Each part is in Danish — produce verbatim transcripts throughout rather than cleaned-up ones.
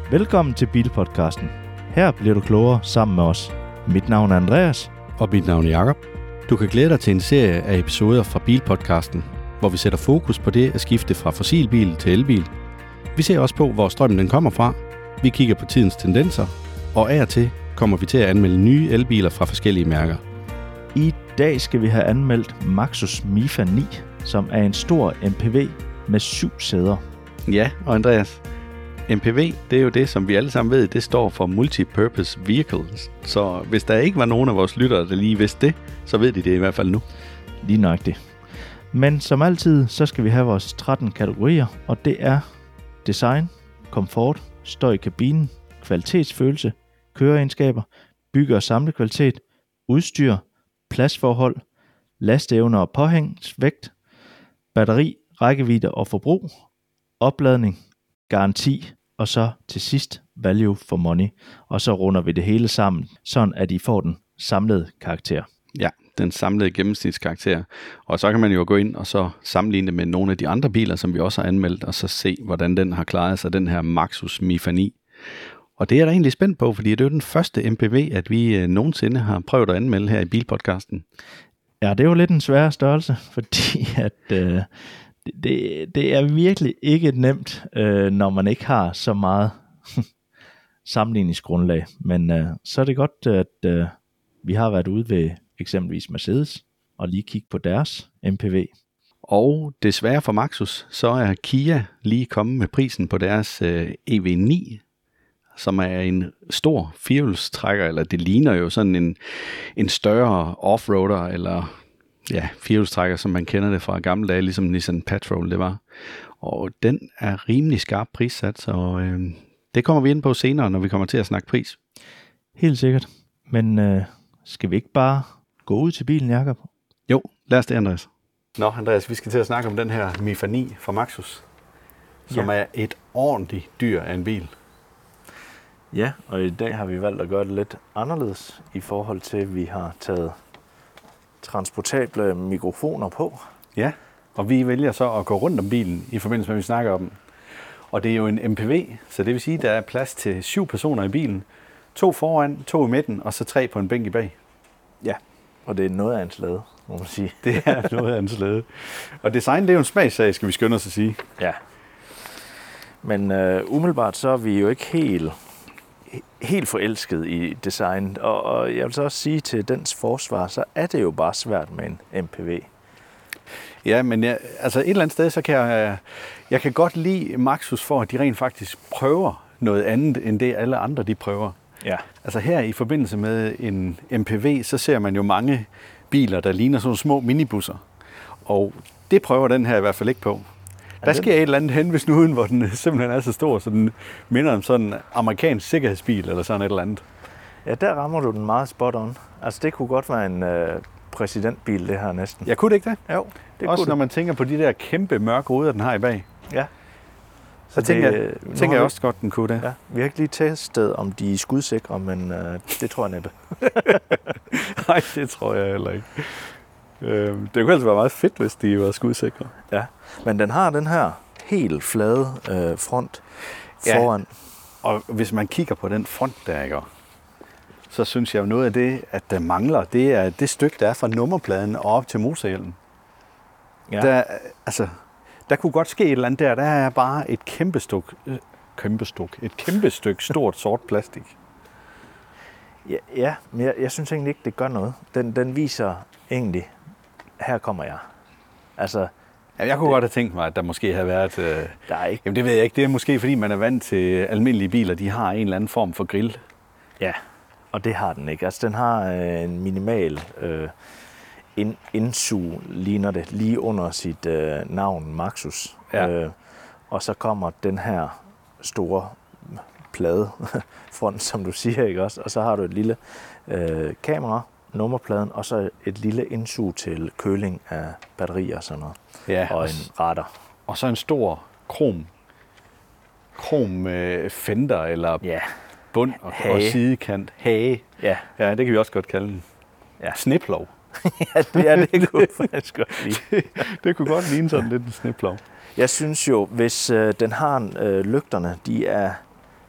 Velkommen til Bilpodcasten. Her bliver du klogere sammen med os. Mit navn er Andreas. Og mit navn er Jakob. Du kan glæde dig til en serie af episoder fra Bilpodcasten, hvor vi sætter fokus på det at skifte fra fossilbil til elbil. Vi ser også på, hvor strømmen den kommer fra. Vi kigger på tidens tendenser, og af og til kommer vi til at anmelde nye elbiler fra forskellige mærker. I dag skal vi have anmeldt Maxus Mifa ni, som er en stor M P V med syv sæder. Ja, og Andreas, M P V, det er jo det, som vi alle sammen ved, det står for Multipurpose Vehicle. Så hvis der ikke var nogen af vores lyttere, der lige vidste det, så ved de det i hvert fald nu. Lige nøjagtigt. Men som altid, så skal vi have vores tretten kategorier, og det er design, komfort, støj i kabinen, kvalitetsfølelse, køreegenskaber, bygge- og samlekvalitet, udstyr, pladsforhold, lasteevne og påhængsvægt, batteri, rækkevidde og forbrug, opladning, garanti, og så til sidst value for money. Og så runder vi det hele sammen, sådan at I får den samlede karakter. Ja, den samlede gennemsnitskarakter. Og så kan man jo gå ind og så sammenligne det med nogle af de andre biler, som vi også har anmeldt, og så se, hvordan den har klaret sig, den her Maxus Mifa ni. Og det er jeg da egentlig spændt på, fordi det er jo den første M P V, at vi øh, nogensinde har prøvet at anmelde her i Bilpodcasten. Ja, det er jo lidt en svær størrelse, fordi at øh, det, det er virkelig ikke nemt, øh, når man ikke har så meget sammenligningsgrundlag. Men øh, så er det godt, at øh, vi har været ude ved eksempelvis Mercedes og lige kigge på deres M P V. Og desværre for Maxus, så er Kia lige kommet med prisen på deres øh, E V ni, som er en stor firehjulstrækker, eller det ligner jo sådan en, en større offroader, eller ja, firehjulstrækker, som man kender det fra gamle dage, ligesom Nissan Patrol det var. Og den er rimelig skarpt prissat, så øh, det kommer vi ind på senere, når vi kommer til at snakke pris. Helt sikkert. Men øh, skal vi ikke bare gå ud til bilen, Jakob? Jo, lad os det, Andreas. Nå, Andreas, vi skal til at snakke om den her Mifa ni fra Maxus, som ja. er et ordentligt dyr af en bil. Ja, og i dag har vi valgt at gøre det lidt anderledes i forhold til, at vi har taget transportable mikrofoner på. Ja, og vi vælger så at gå rundt om bilen i forbindelse med, at vi snakker om den. Og det er jo en M P V, så det vil sige, at der er plads til syv personer i bilen. To foran, to i midten, og så tre på en bænk i bag. Ja, og det er noget af en slæde, må man sige. Det er noget af en slæde. Og design, det er jo en smagssag, skal vi skynde os at sige. Ja. Men øh, umiddelbart så er vi jo ikke helt, helt forelsket i design. Og, og jeg vil så også sige til dens forsvar, så er det jo bare svært med en M P V. Ja, men jeg, altså et eller andet sted, så kan jeg, jeg kan godt lide Maxus for, at de rent faktisk prøver noget andet, end det alle andre de prøver. Ja. Altså her i forbindelse med en M P V, så ser man jo mange biler, der ligner sådan små minibusser. Og det prøver den her i hvert fald ikke på. Der sker et eller andet hen ved snuden, hvor den simpelthen er så stor, så den minder om sådan en amerikansk sikkerhedsbil eller sådan et eller andet. Ja, der rammer du den meget spot on. Altså det kunne godt være en øh, præsidentbil, det her næsten. Ja, kunne det ikke det? Jo. Det også kunne når det. Man tænker på de der kæmpe mørke ruder, den har i bag. Ja. Så det, tænker jeg, tænker jeg også godt, den kunne det. Ja, vi har ikke lige testet, om de er skudsikre, men øh, det tror jeg næppe. Nej, det tror jeg heller ikke. Øh, det kunne altså være meget fedt, hvis de var skudsikre. Ja, men den har den her helt flade øh, front foran. Ja, og hvis man kigger på den front der, ikke, så synes jeg jo noget af det, at der mangler, det er det stykke, der er fra nummerpladen og op til motorhjelmen. Ja. Der, altså, der kunne godt ske et eller andet der. Der er bare et kæmpe stuk, øh, kæmpe stuk, et kæmpe stykke stort sort plastik. Ja, ja, men jeg, jeg synes egentlig ikke, det gør noget. Den, den viser egentlig, her kommer jeg. Altså, ja, jeg kunne det, godt have tænkt mig, at der måske havde været... Øh, der er ikke... Jamen det ved jeg ikke. Det er måske, fordi man er vant til almindelige biler. De har en eller anden form for grill. Ja, og det har den ikke. Altså den har øh, en minimal øh, ind, indsug, ligner det, lige under sit øh, navn, Maxus. Ja. Øh, og så kommer den her store plade front, som du siger, ikke også? Og så har du et lille øh, kamera, nummerpladen, og så et lille indsug til køling af batterier og sådan noget. Ja, og en radar. Og så en stor krom, krom øh, fender, eller ja. bund og, og sidekant. Hage. Ja. Ja, det kan vi også godt kalde den. Ja. Sneplov. ja, det er det kunne faktisk godt lide. det, det kunne godt ligne sådan lidt en sneplov. Jeg synes jo, hvis øh, den har øh, lygterne, de er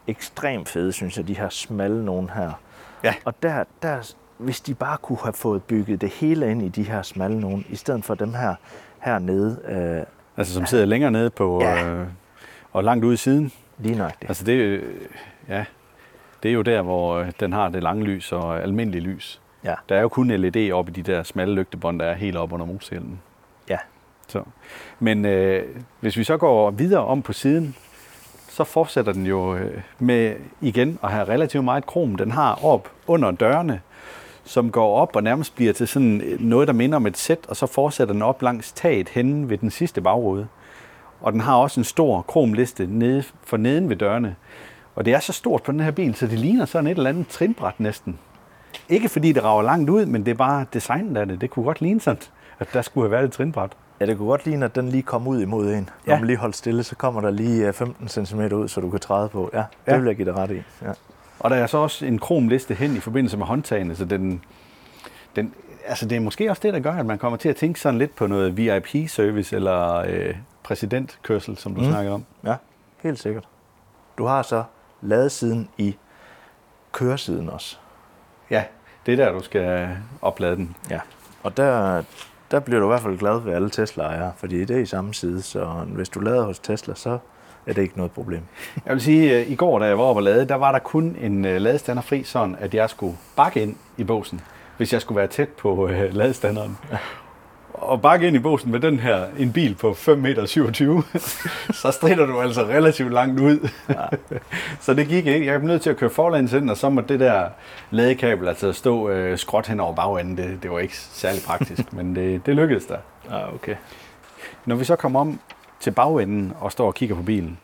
ekstremt fede, synes jeg, de her smalle nogen her. Ja. Og der, der, hvis de bare kunne have fået bygget det hele ind i de her smalle nogen, i stedet for dem her hernede. Øh, altså som sidder længere nede på, ja. øh, og langt ude i siden. Lige nøjagtigt. Altså det, ja, det er jo der, hvor den har det lange lys og almindelig lys. Ja. Der er jo kun L E D oppe i de der smalle lygtebånd, der er helt oppe under motorhjelmen. Ja. Så. Men øh, hvis vi så går videre om på siden, så fortsætter den jo øh, med igen at have relativt meget krom. Den har op under dørene, som går op og nærmest bliver til sådan noget, der minder om et sæt, og så fortsætter den op langs taget henne ved den sidste bagrude. Og den har også en stor kromliste nede for neden ved dørene. Og det er så stort på den her bil, så det ligner sådan et eller andet trinbræt næsten. Ikke fordi det rager langt ud, men det er bare designet af det. Det kunne godt ligne sådan, at der skulle have været et trinbræt. Ja, det kunne godt ligne, at den lige kom ud imod en. Når Ja. man lige holder stille, så kommer der lige femten centimeter ud, så du kan træde på. Ja, det Ja. vil jeg give dig ret i. Ja. Og der er så også en kromliste hen i forbindelse med håndtagene, så den, den, altså det er måske også det, der gør, at man kommer til at tænke sådan lidt på noget V I P-service eller øh, præsidentkørsel, som du mm. snakkede om. Ja, helt sikkert. Du har så ladesiden i køresiden også. Ja, det er der, du skal oplade den. Ja, og der, der bliver du i hvert fald glad ved alle Tesla-ejere, fordi det er i samme side, så hvis du lader hos Tesla, så er det ikke noget problem. Jeg vil sige, at i går, da jeg var oppe og lade, der var der kun en uh, ladestander fri, sådan at jeg skulle bakke ind i båsen, hvis jeg skulle være tæt på uh, ladestanderen. Ja. Og bakke ind i båsen med den her, en bil på fem komma syvogtyve meter, så strider du altså relativt langt ud. Ja. Så det gik ikke. Jeg blev nødt til at køre forlæns ind, og så må det der ladekabel altså stå øh, skråt hen over bagenden. Det, det var ikke særlig praktisk, men det, det lykkedes der. Ja, okay. Når vi så kommer om til bagenden og står og kigger på bilen,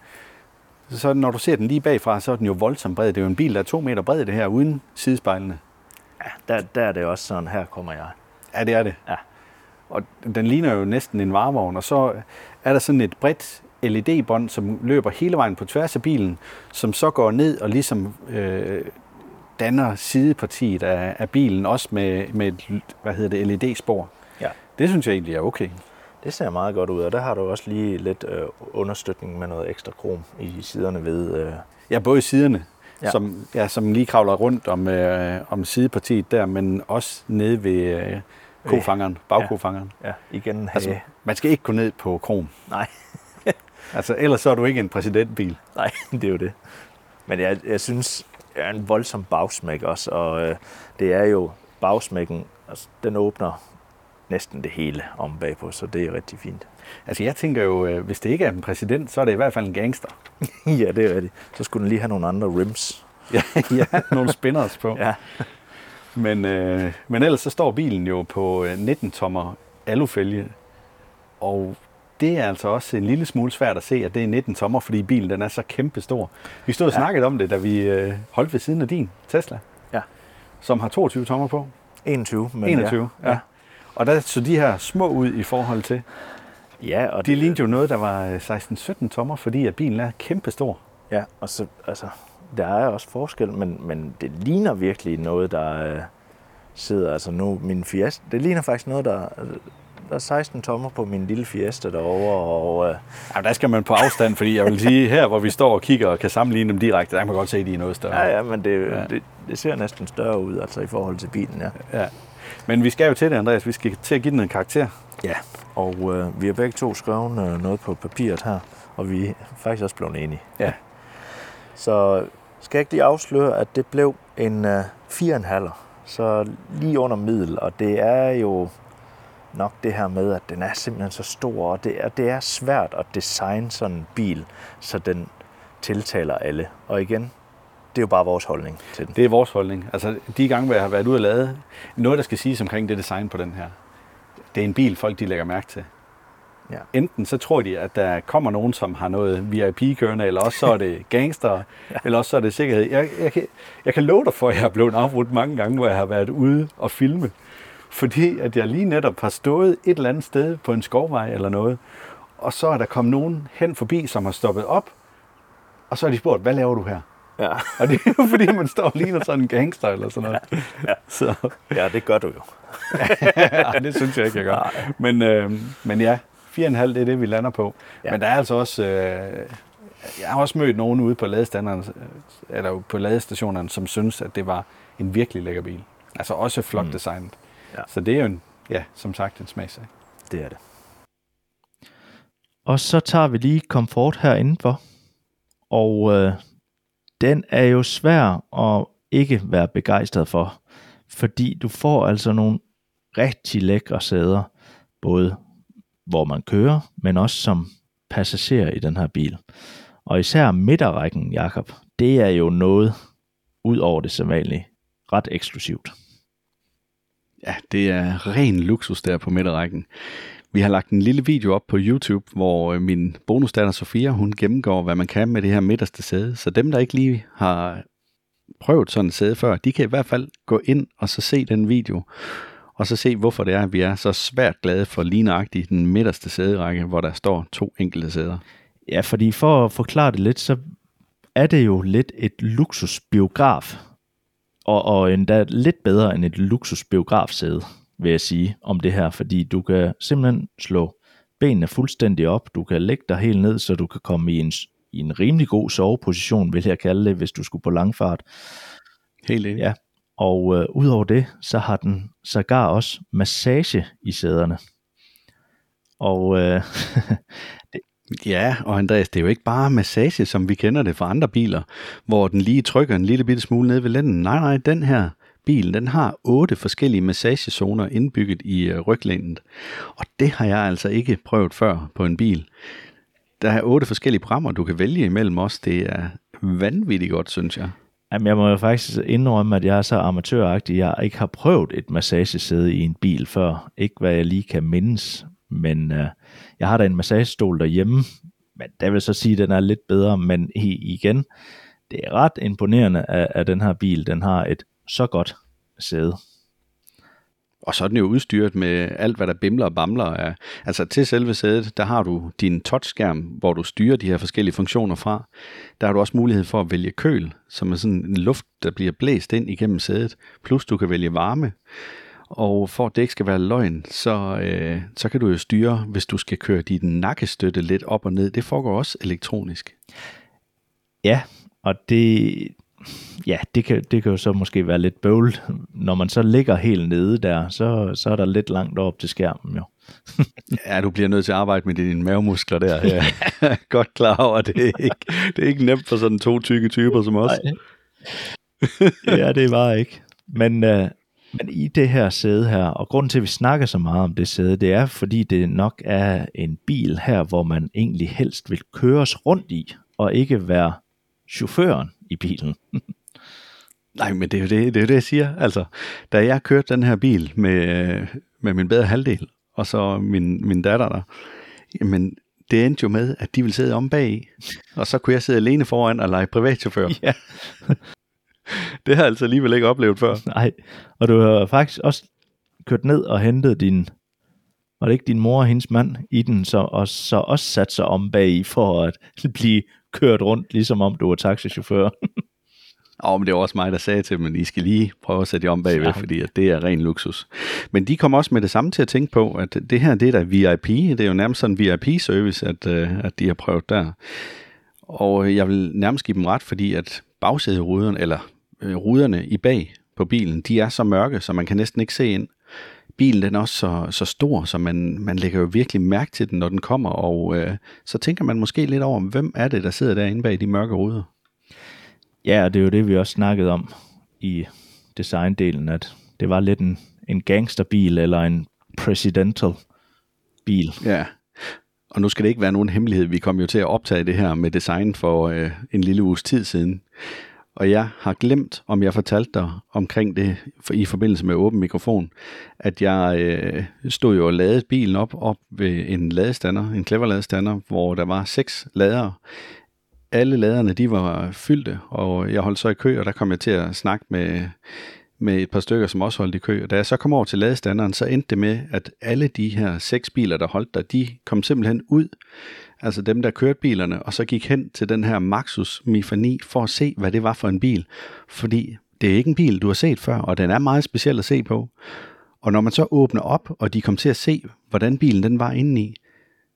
så når du ser den lige bagfra, så er den jo voldsomt bred. Det er jo en bil, der er to meter bred, det her, uden sidespejlene. Ja, der, der er det også sådan, her kommer jeg. Ja, det er det. Ja. Og den ligner jo næsten en varevogn, og så er der sådan et bredt L E D-bånd, som løber hele vejen på tværs af bilen, som så går ned og ligesom øh, danner sidepartiet af, af bilen, også med, med et, hvad hedder det, L E D-spor. Ja. Det synes jeg egentlig er okay. Det ser meget godt ud, og der har du også lige lidt øh, understøtning med noget ekstra krom i siderne ved... Øh... Ja, både siderne, ja. Som, ja, som lige kravler rundt om, øh, om sidepartiet der, men også nede ved... Øh, kofangeren, bagkofangeren. Ja, ja, igen. Altså, man skal ikke gå ned på krom. Nej. Altså, ellers så er du ikke en præsidentbil. Nej, det er jo det. Men jeg, jeg synes, det er en voldsom bagsmæk også, og øh, det er jo bagsmækken, altså, den åbner næsten det hele om bagpå, så det er rigtig fint. Altså, jeg tænker jo, øh, hvis det ikke er en præsident, så er det i hvert fald en gangster. Ja, det er rigtigt. Så skulle den lige have nogle andre rims. ja, ja, nogle spinners på. Ja. Men, øh, men ellers så står bilen jo på nitten tommer alufælge, og det er altså også en lille smule svært at se, at det er nitten tommer, fordi bilen den er så kæmpe stor. Vi stod og ja. snakkede om det, da vi øh, holdt ved siden af din Tesla, ja. som har toogtyve tommer på. enogtyve. Men enogtyve, ja. ja. Og der så de her små ud i forhold til. Ja, og de det lignede jo noget, der var seksten sytten tommer, fordi at bilen er kæmpe stor. Ja, og så, altså, der er også forskel, men, men det ligner virkelig noget, der øh, sidder, altså nu, min Fiesta, det ligner faktisk noget, der, der er seksten tommer på min lille Fiesta derovre, og... Øh, ja, der skal man på afstand, fordi jeg vil sige, her hvor vi står og kigger og kan sammenligne dem direkte, der kan man godt se, at de er noget større. Ja, ja, men det, ja. Det, det ser næsten større ud, altså i forhold til bilen, ja. Ja. Men vi skal jo til det, Andreas, vi skal til at give den en karakter. Ja, og øh, vi har begge to skrevet øh, noget på papiret her, og vi er faktisk også blevet enige. Ja. Så skal jeg ikke lige afsløre, at det blev en øh, fire komma fem, så lige under middel, og det er jo nok det her med, at den er simpelthen så stor, og det er, det er svært at designe sådan en bil, så den tiltaler alle. Og igen, det er jo bare vores holdning til den. Det er vores holdning. Altså de gange, hvor jeg har været ude og lade, noget der skal siges omkring det design på den her, det er en bil, folk de lægger mærke til. Ja. Enten så tror de, at der kommer nogen, som har noget V I P-kørende, eller også så er det gangster, ja. Eller også så er det sikkerhed. Jeg, jeg, kan, jeg kan love dig for, at jeg har blevet afbrudt mange gange, hvor jeg har været ude og filme. Fordi at jeg lige netop har stået et eller andet sted på en skovvej eller noget, og så er der kommet nogen hen forbi, som har stoppet op, og så har de spurgt, hvad laver du her? Ja. Og det er jo fordi, man står og ligner sådan en gangster eller sådan noget. Ja, ja. Så. Ja, det gør du jo. Ja, det synes jeg ikke, jeg gør. Men, øh, men ja, fire komma fem, det er det, vi lander på. Ja. Men der er altså også, øh, jeg har også mødt nogen ude på ladestanderne, eller på ladestationerne, som synes, at det var en virkelig lækker bil. Altså også flot mm. designet. Ja. Så det er jo en, ja, som sagt en smagssag. Det er det. Og så tager vi lige komfort her indenfor. Og øh, den er jo svær at ikke være begejstret for. Fordi du får altså nogle rigtig lækre sæder. Både hvor man kører, men også som passager i den her bil. Og især midterrækken, Jakob, det er jo noget ud over det sædvanlige. Ret eksklusivt. Ja, det er ren luksus der på midterrækken. Vi har lagt en lille video op på YouTube, hvor min bonusdatter Sofia, hun gennemgår, hvad man kan med det her midterste sæde. Så dem, der ikke lige har prøvet sådan et sæde før, de kan i hvert fald gå ind og så se den video, og så se, hvorfor det er, at vi er så svært glade for lige nøjagtigt den midterste sæderække, hvor der står to enkelte sæder. Ja, fordi for at forklare det lidt, så er det jo lidt et luksusbiograf, og, og endda lidt bedre end et luksusbiografsæde, vil jeg sige, om det her, fordi du kan simpelthen slå benene fuldstændig op, du kan lægge dig helt ned, så du kan komme i en, i en rimelig god soveposition, vil jeg kalde det, hvis du skulle på langfart. Helt enig. Ja, og øh, udover det, så har den sågar også massage i sæderne. Og øh, det, ja, og Andreas, det er jo ikke bare massage, som vi kender det fra andre biler, hvor den lige trykker en lille bitte smule ned ved lænden. Nej, nej, den her bil, den har otte forskellige massagezoner indbygget i øh, ryglænet. Og det har jeg altså ikke prøvet før på en bil. Der er otte forskellige programmer, du kan vælge imellem os. Det er vanvittigt godt, synes jeg. Jamen, jeg må jo faktisk indrømme, at jeg er så amatøragtig, jeg ikke har prøvet et massagesæde i en bil før. Ikke hvad jeg lige kan mindes, men øh, jeg har da en massagestol derhjemme, men det vil så sige, at den er lidt bedre, men igen, det er ret imponerende, at, at den her bil, den har et så godt sæde. Og så er den jo udstyret med alt, hvad der bimler og bamler af. Altså til selve sædet, der har du din touchskærm, hvor du styrer de her forskellige funktioner fra. Der har du også mulighed for at vælge køl, som er sådan en luft, der bliver blæst ind igennem sædet. Plus du kan vælge varme. Og for at det ikke skal være løgn, så, øh, så kan du jo styre, hvis du skal køre din nakkestøtte lidt op og ned. Det foregår også elektronisk. Ja, og det... Ja, det kan, det kan jo så måske være lidt bøvlet. Når man så ligger helt nede der, så, så er der lidt langt op til skærmen jo. Ja, du bliver nødt til at arbejde med dine mavemuskler der. Jeg er godt klar over, det er ikke, det er ikke nemt for sådan to tykke typer som os. Ja, det var ikke. Men, øh, men i det her sæde her, og grunden til, at vi snakker så meget om det sæde, det er, fordi det nok er en bil her, hvor man egentlig helst vil køres rundt i, og ikke være chaufføren i bilen. Nej, men det er jo det, det, er jo det jeg siger. Altså, da jeg kørte den her bil med, med min bedre halvdel, og så min, min datter der, jamen, det endte jo med, at de ville sidde om bag, og så kunne jeg sidde alene foran og lege privatchauffør. Ja. Det har jeg altså alligevel ikke oplevet før. Nej, og du har faktisk også kørt ned og hentet din, var det ikke din mor og hendes mand i den, så, og så også sat sig om bag i for at blive kørt rundt, ligesom om du var taxichauffør. Åh, men det var også mig, der sagde til dem, at I skal lige prøve at sætte jer om bagved, ja. Fordi at det er ren luksus. Men de kom også med det samme til at tænke på, at det her, det er da V I P. Det er jo nærmest sådan en V I P-service, at, at de har prøvet der. Og jeg vil nærmest give dem ret, fordi at bagsæderuderne, eller øh, ruderne i bag på bilen, de er så mørke, så man kan næsten ikke se ind. Bilen den er også så, så stor, så man, man lægger jo virkelig mærke til den, når den kommer, og øh, så tænker man måske lidt over, hvem er det, der sidder derinde bag de mørke ruder? Ja, og det er jo det, vi også snakkede om i designdelen, at det var lidt en, en gangsterbil eller en presidential bil. Ja, og nu skal det ikke være nogen hemmelighed. Vi kom jo til at optage det her med design for øh, en lille uges tid siden. Og jeg har glemt, om jeg fortalte dig omkring det for, i forbindelse med åben mikrofon, at jeg øh, stod jo og ladede bilen op, op ved en ladestander, en clever ladestander, hvor der var seks ladere. Alle laderne, de var fyldte, og jeg holdt så i kø, og der kom jeg til at snakke med, med et par stykker, som også holdt i kø. Og da jeg så kom over til ladestanderen, så endte det med, at alle de her seks biler, der holdt der, de kom simpelthen ud, altså dem, der kørte bilerne, og så gik hen til den her Maxus Mifa ni for at se, hvad det var for en bil. Fordi det er ikke en bil, du har set før, og den er meget speciel at se på. Og når man så åbner op, og de kom til at se, hvordan bilen den var indeni,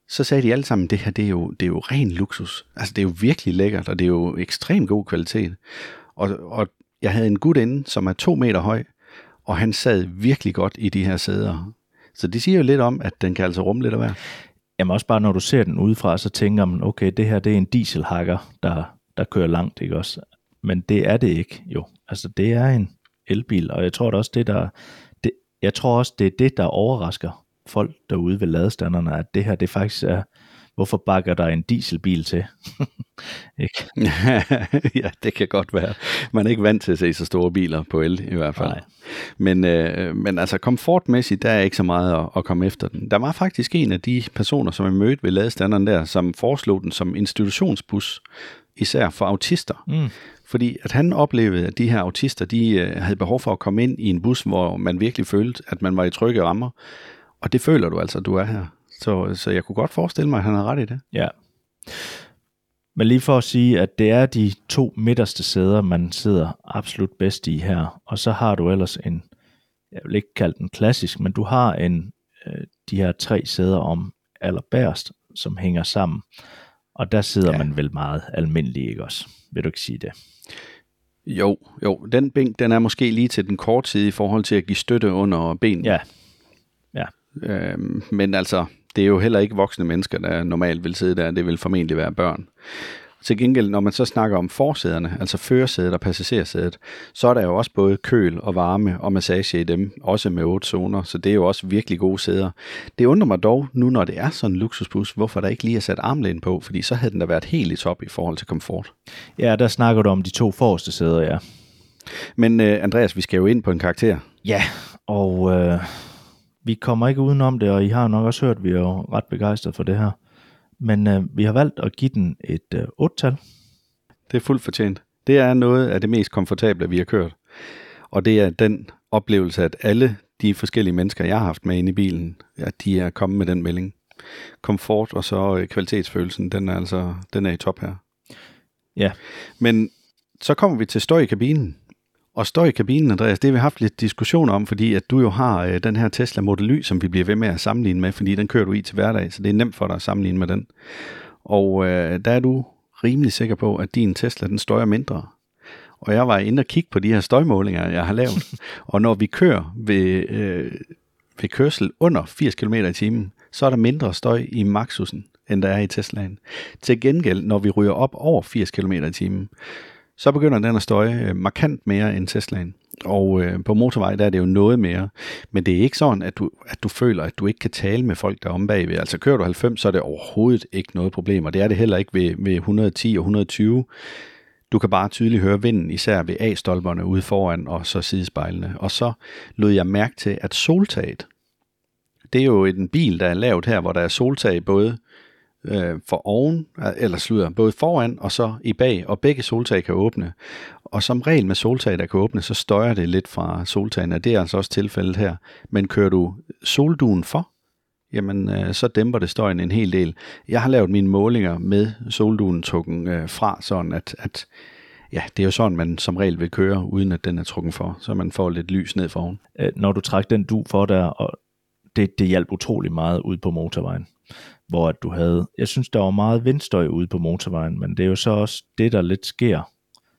så sagde de alle sammen, det her, det er jo, det er jo ren luksus. Altså, det er jo virkelig lækkert, og det er jo ekstremt god kvalitet. Og, og jeg havde en gut inde, som er to meter høj, og han sad virkelig godt i de her sæder. Så det siger jo lidt om, at den kan altså rumme lidt af hver. Jamen også bare, når du ser den udefra, så tænker man, okay, det her, det er en dieselhakker, der, der kører langt, ikke også? Men det er det ikke, jo. Altså, det er en elbil, og jeg tror det også, det der, det, jeg tror også, det er det, der overrasker folk derude ved ladestanderne, at det her, det faktisk er, hvorfor bakker der en dieselbil til? Ikke? Ja, det kan godt være. Man er ikke vant til at se så store biler på el, i hvert fald. Nej. Men, øh, men altså komfortmæssigt, der er ikke så meget at, at komme efter den. Der var faktisk en af de personer, som jeg mødte ved ladestanderen der, som foreslog den som institutionsbus, især for autister. Mm. Fordi at han oplevede, at de her autister, de øh, havde behov for at komme ind i en bus, hvor man virkelig følte, at man var i trygge rammer. Og det føler du altså, at du er her. Så, så jeg kunne godt forestille mig, at han har ret i det. Ja. Men lige for at sige, at det er de to midterste sæder, man sidder absolut bedst i her. Og så har du ellers en, jeg vil ikke kalde den klassisk, men du har en, øh, de her tre sæder om allerbærst, som hænger sammen. Og der sidder ja. man vel meget almindelig, ikke også? Vil du ikke sige det? Jo, jo. Den bænk, den er måske lige til den korte side i forhold til at give støtte under benene. Ja. Ja. Øhm, men altså, det er jo heller ikke voksne mennesker, der normalt vil sidde der. Det vil formentlig være børn. Til gengæld, når man så snakker om forsæderne, altså førersædet og passagersædet, så er der jo også både køl og varme og massage i dem, også med otte zoner, så det er jo også virkelig gode sæder. Det undrer mig dog, nu når det er sådan en luksusbus, hvorfor der ikke lige er sat armlæn på, fordi så havde den da været helt i top i forhold til komfort. Ja, der snakker du om de to forreste sæder, ja. Men uh, Andreas, vi skal jo ind på en karakter. Ja, og øh, vi kommer ikke udenom det, og I har nok også hørt, at vi er jo ret begejstrede for det her. Men øh, vi har valgt at give den et øh, otte-tal. Det er fuldt fortjent. Det er noget af det mest komfortable, vi har kørt. Og det er den oplevelse, at alle de forskellige mennesker, jeg har haft med inde i bilen, at de er kommet med den melding. Komfort og så øh, kvalitetsfølelsen, den er altså den er i top her. Ja. Men så kommer vi til støj i kabinen. Og støj i kabinen, Andreas, det har vi haft lidt diskussioner om, fordi at du jo har øh, den her Tesla Model Y, som vi bliver ved med at sammenligne med, fordi den kører du i til hverdag, så det er nemt for dig at sammenligne med den. Og øh, der er du rimelig sikker på, at din Tesla, den støjer mindre. Og jeg var inde og kigge på de her støjmålinger, jeg har lavet. Og når vi kører ved, øh, ved kørsel under firs kilometer i timen, så er der mindre støj i Maxusen, end der er i Teslaen. Til gengæld, når vi ryger op over firs kilometer i timen, så begynder den at støje markant mere end Teslaen. Og øh, på motorvej, der er det jo noget mere. Men det er ikke sådan, at du, at du føler, at du ikke kan tale med folk, der er om bagved. Altså kører du halvfems, så er det overhovedet ikke noget problem. Og det er det heller ikke ved, ved et hundrede og ti og et hundrede og tyve. Du kan bare tydeligt høre vinden, især ved A-stolperne ude foran og så sidespejlene. Og så lod jeg mærke til, at soltaget, det er jo en bil, der er lavet her, hvor der er soltag både øh, for oven, eller slutter, både foran og så i bag, og begge soltag kan åbne. Og som regel med soltag, der kan åbne, så støjer det lidt fra soltagene. Det er altså også tilfældet her. Men kører du solduen for, jamen øh, så dæmper det støjen en hel del. Jeg har lavet mine målinger med solduen trukken øh, fra, sådan at, at ja, det er jo sådan, man som regel vil køre, uden at den er trukken for, så man får lidt lys ned foran. Når du trækker den du for der, og det, det hjalp utrolig meget ud på motorvejen, hvor at du havde, jeg synes, der var meget vindstøj ude på motorvejen, men det er jo så også det, der lidt sker,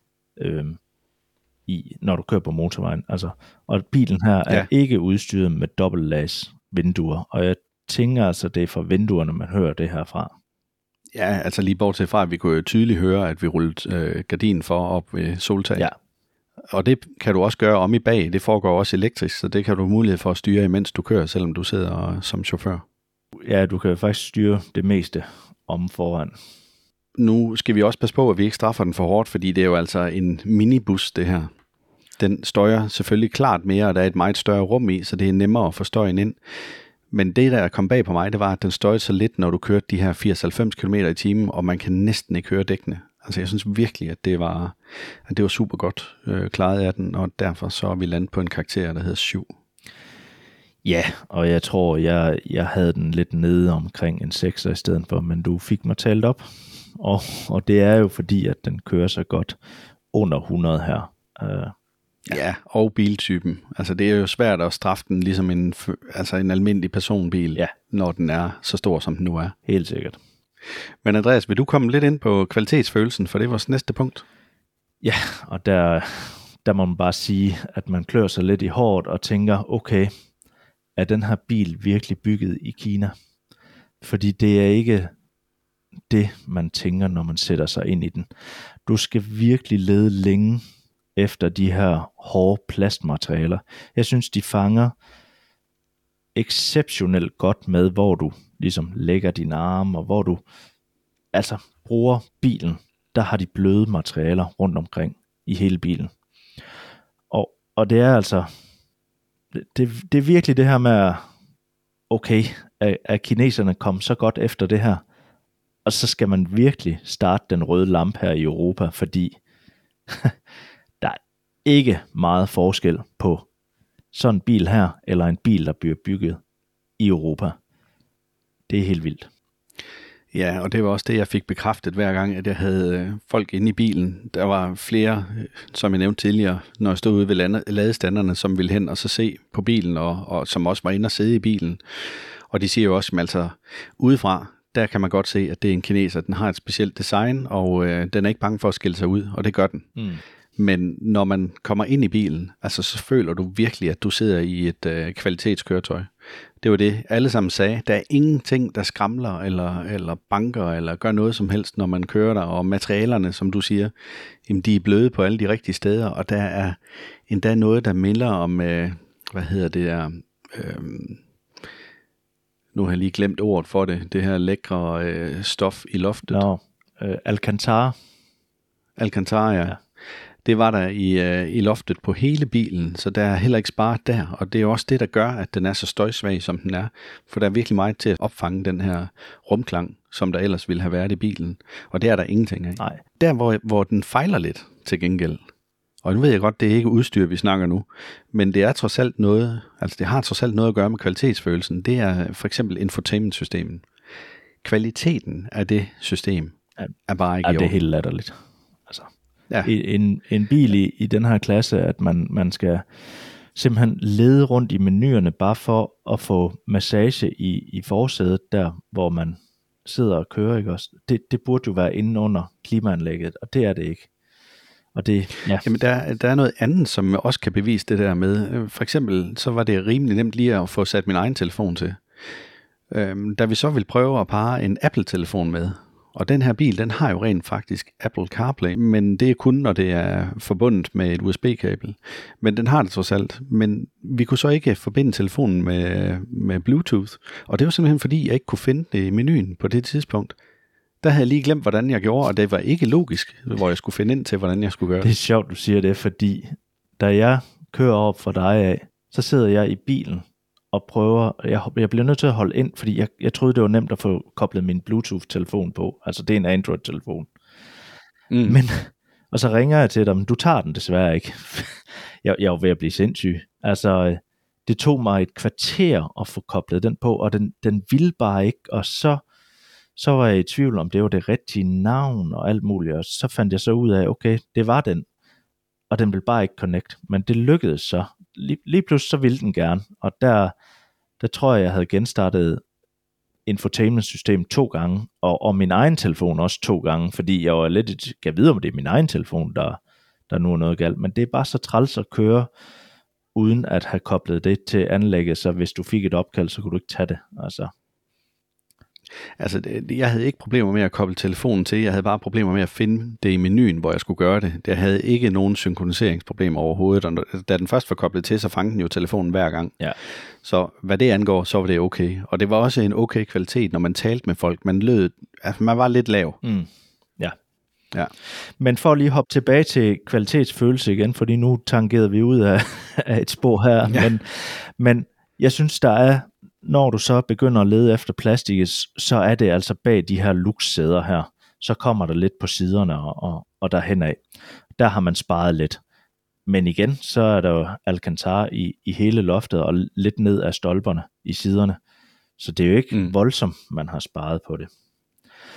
øh, i, når du kører på motorvejen. Altså, og bilen her er ja. ikke udstyret med dobbeltlags vinduer, og jeg tænker altså, det er fra vinduerne, man hører det her fra. Ja, altså lige bortset fra, at vi kunne jo tydeligt høre, at vi rullede øh, gardinen for op ved soltag. Ja. Og det kan du også gøre om i bag. Det foregår også elektrisk, så det kan du have mulighed for at styre, imens du kører, selvom du sidder som chauffør. Ja, du kan faktisk styre det meste om foran. Nu skal vi også passe på, at vi ikke straffer den for hårdt, fordi det er jo altså en minibus, det her. Den støjer selvfølgelig klart mere, og der er et meget større rum i, så det er nemmere at få støjen ind. Men det, der kom bag på mig, det var, at den støjede så lidt, når du kørte de her firs til halvfems kilometer i timen, og man kan næsten ikke høre dækkene. Altså jeg synes virkelig, at det var, at det var super godt øh, klaret af den, og derfor så er vi landet på en karakter, der hedder syv. Ja, og jeg tror, jeg, jeg havde den lidt nede omkring en sekser i stedet for, men du fik mig talt op. Og, og det er jo fordi, at den kører så godt under hundrede her. Uh, Ja. ja, og biltypen. Altså det er jo svært at straffe den ligesom en, altså en almindelig personbil, ja. når den er så stor, som den nu er. Helt sikkert. Men Andreas, vil du komme lidt ind på kvalitetsfølelsen, for det er vores næste punkt? Ja, og der, der må man bare sige, at man klør sig lidt i håret og tænker, okay, er den her bil virkelig bygget i Kina? Fordi det er ikke det, man tænker, når man sætter sig ind i den. Du skal virkelig lede længe efter de her hårde plastmaterialer. Jeg synes, de fanger exceptionelt godt med, hvor du ligesom lægger dine arme, og hvor du altså bruger bilen. Der har de bløde materialer rundt omkring i hele bilen. Og, og det er altså, det, det er virkelig det her med, okay, at, at kineserne kom så godt efter det her, og så skal man virkelig starte den røde lampe her i Europa, fordi der er ikke meget forskel på sådan en bil her, eller en bil, der bliver bygget i Europa. Det er helt vildt. Ja, og det var også det, jeg fik bekræftet hver gang, at jeg havde folk inde i bilen. Der var flere, som jeg nævnte tidligere, når jeg stod ude ved ladestanderne, som ville hen og så se på bilen, og, og som også var inde og sidde i bilen. Og de siger jo også, at altså udefra, der kan man godt se, at det er en kineser. Den har et specielt design, og øh, den er ikke bange for at skille sig ud, og det gør den. Mm. Men når man kommer ind i bilen, altså så føler du virkelig, at du sidder i et øh, kvalitetskøretøj. Det var det, alle sammen sagde. Der er ingenting, der skramler, eller, eller banker, eller gør noget som helst, når man kører der. Og materialerne, som du siger, jamen, de er bløde på alle de rigtige steder, og der er endda noget, der minder om, øh, hvad hedder det der... Øh, nu har jeg lige glemt ordet for det, det her lækre øh, stof i loftet. Nå, øh, Alcantara. Alcantara, ja. ja. Det var der i, øh, i loftet på hele bilen, så der er heller ikke sparet der, og det er også det, der gør, at den er så støjsvag, som den er, for der er virkelig meget til at opfange den her rumklang, som der ellers ville have været i bilen, og det er der ingenting af. Nej. Der, hvor, hvor den fejler lidt til gengæld, og nu ved jeg godt, det er ikke udstyr, vi snakker nu, men det er trods alt noget, altså det har trods alt noget at gøre med kvalitetsfølelsen, det er for eksempel infotainmentsystemet. Kvaliteten af det system er, er bare ikke ja, i det er helt latterligt. Altså. Ja. En, en bil i, i den her klasse, at man, man skal simpelthen lede rundt i menuerne, bare for at få massage i, i forsædet, der hvor man sidder og kører, ikke også? Det, det burde jo være inde under klimaanlægget, og det er det ikke. Og det, ja. Jamen der, der er noget andet, som også kan bevise det der med. For eksempel, så var det rimelig nemt lige at få sat min egen telefon til. Øhm, da vi så ville prøve at parre en Apple-telefon med, og den her bil, den har jo rent faktisk Apple CarPlay, men det er kun, når det er forbundet med et U S B-kabel. Men den har det trods alt. Men vi kunne så ikke forbinde telefonen med, med Bluetooth, og det var simpelthen fordi, jeg ikke kunne finde det i menuen på det tidspunkt. Der havde jeg lige glemt, hvordan jeg gjorde, og det var ikke logisk, hvor jeg skulle finde ind til, hvordan jeg skulle gøre det. Det er sjovt, du siger det, fordi da jeg kører op for dig af, så sidder jeg i bilen og prøver, jeg, jeg bliver nødt til at holde ind, fordi jeg, jeg troede, det var nemt at få koblet min Bluetooth-telefon på. Altså, det er en Android-telefon. Mm. Men, og så ringer jeg til dig, men du tager den desværre ikke. jeg, jeg var ved at blive sindssyg. Altså, det tog mig et kvarter at få koblet den på, og den, den ville bare ikke, og så, så var jeg i tvivl om, det var det rigtige navn og alt muligt, og så fandt jeg så ud af, okay, det var den, og den ville bare ikke connect, men det lykkedes så. Lige, lige pludselig så ville den gerne, og der, der tror jeg, jeg havde genstartet infotainment-system to gange, og, og min egen telefon også to gange, fordi jeg var lidt, kan vide om det er min egen telefon, der, der nu er noget galt, men det er bare så træls at køre, uden at have koblet det til anlægget, så hvis du fik et opkald, så kunne du ikke tage det, altså. Altså, det, jeg havde ikke problemer med at koble telefonen til, jeg havde bare problemer med at finde det i menuen, hvor jeg skulle gøre det. Jeg havde ikke nogen synkroniseringsproblemer overhovedet, og da den først var koblet til, så fangede den jo telefonen hver gang. Ja. Så hvad det angår, så var det okay. Og det var også en okay kvalitet, når man talte med folk. Man lød, altså man var lidt lav. Mm. Ja. Ja. Men for at lige hoppe tilbage til kvalitetsfølelse igen, fordi nu tangerede vi ud af, af et spor her, ja. men, men jeg synes, der er, når du så begynder at lede efter plastik, så er det altså bag de her lux-sæder her, så kommer der lidt på siderne og, og, og derhen af. Der har man sparet lidt. Men igen, så er der jo Alcantara i, i hele loftet og lidt ned af stolperne i siderne. Så det er jo ikke mm. voldsomt, man har sparet på det.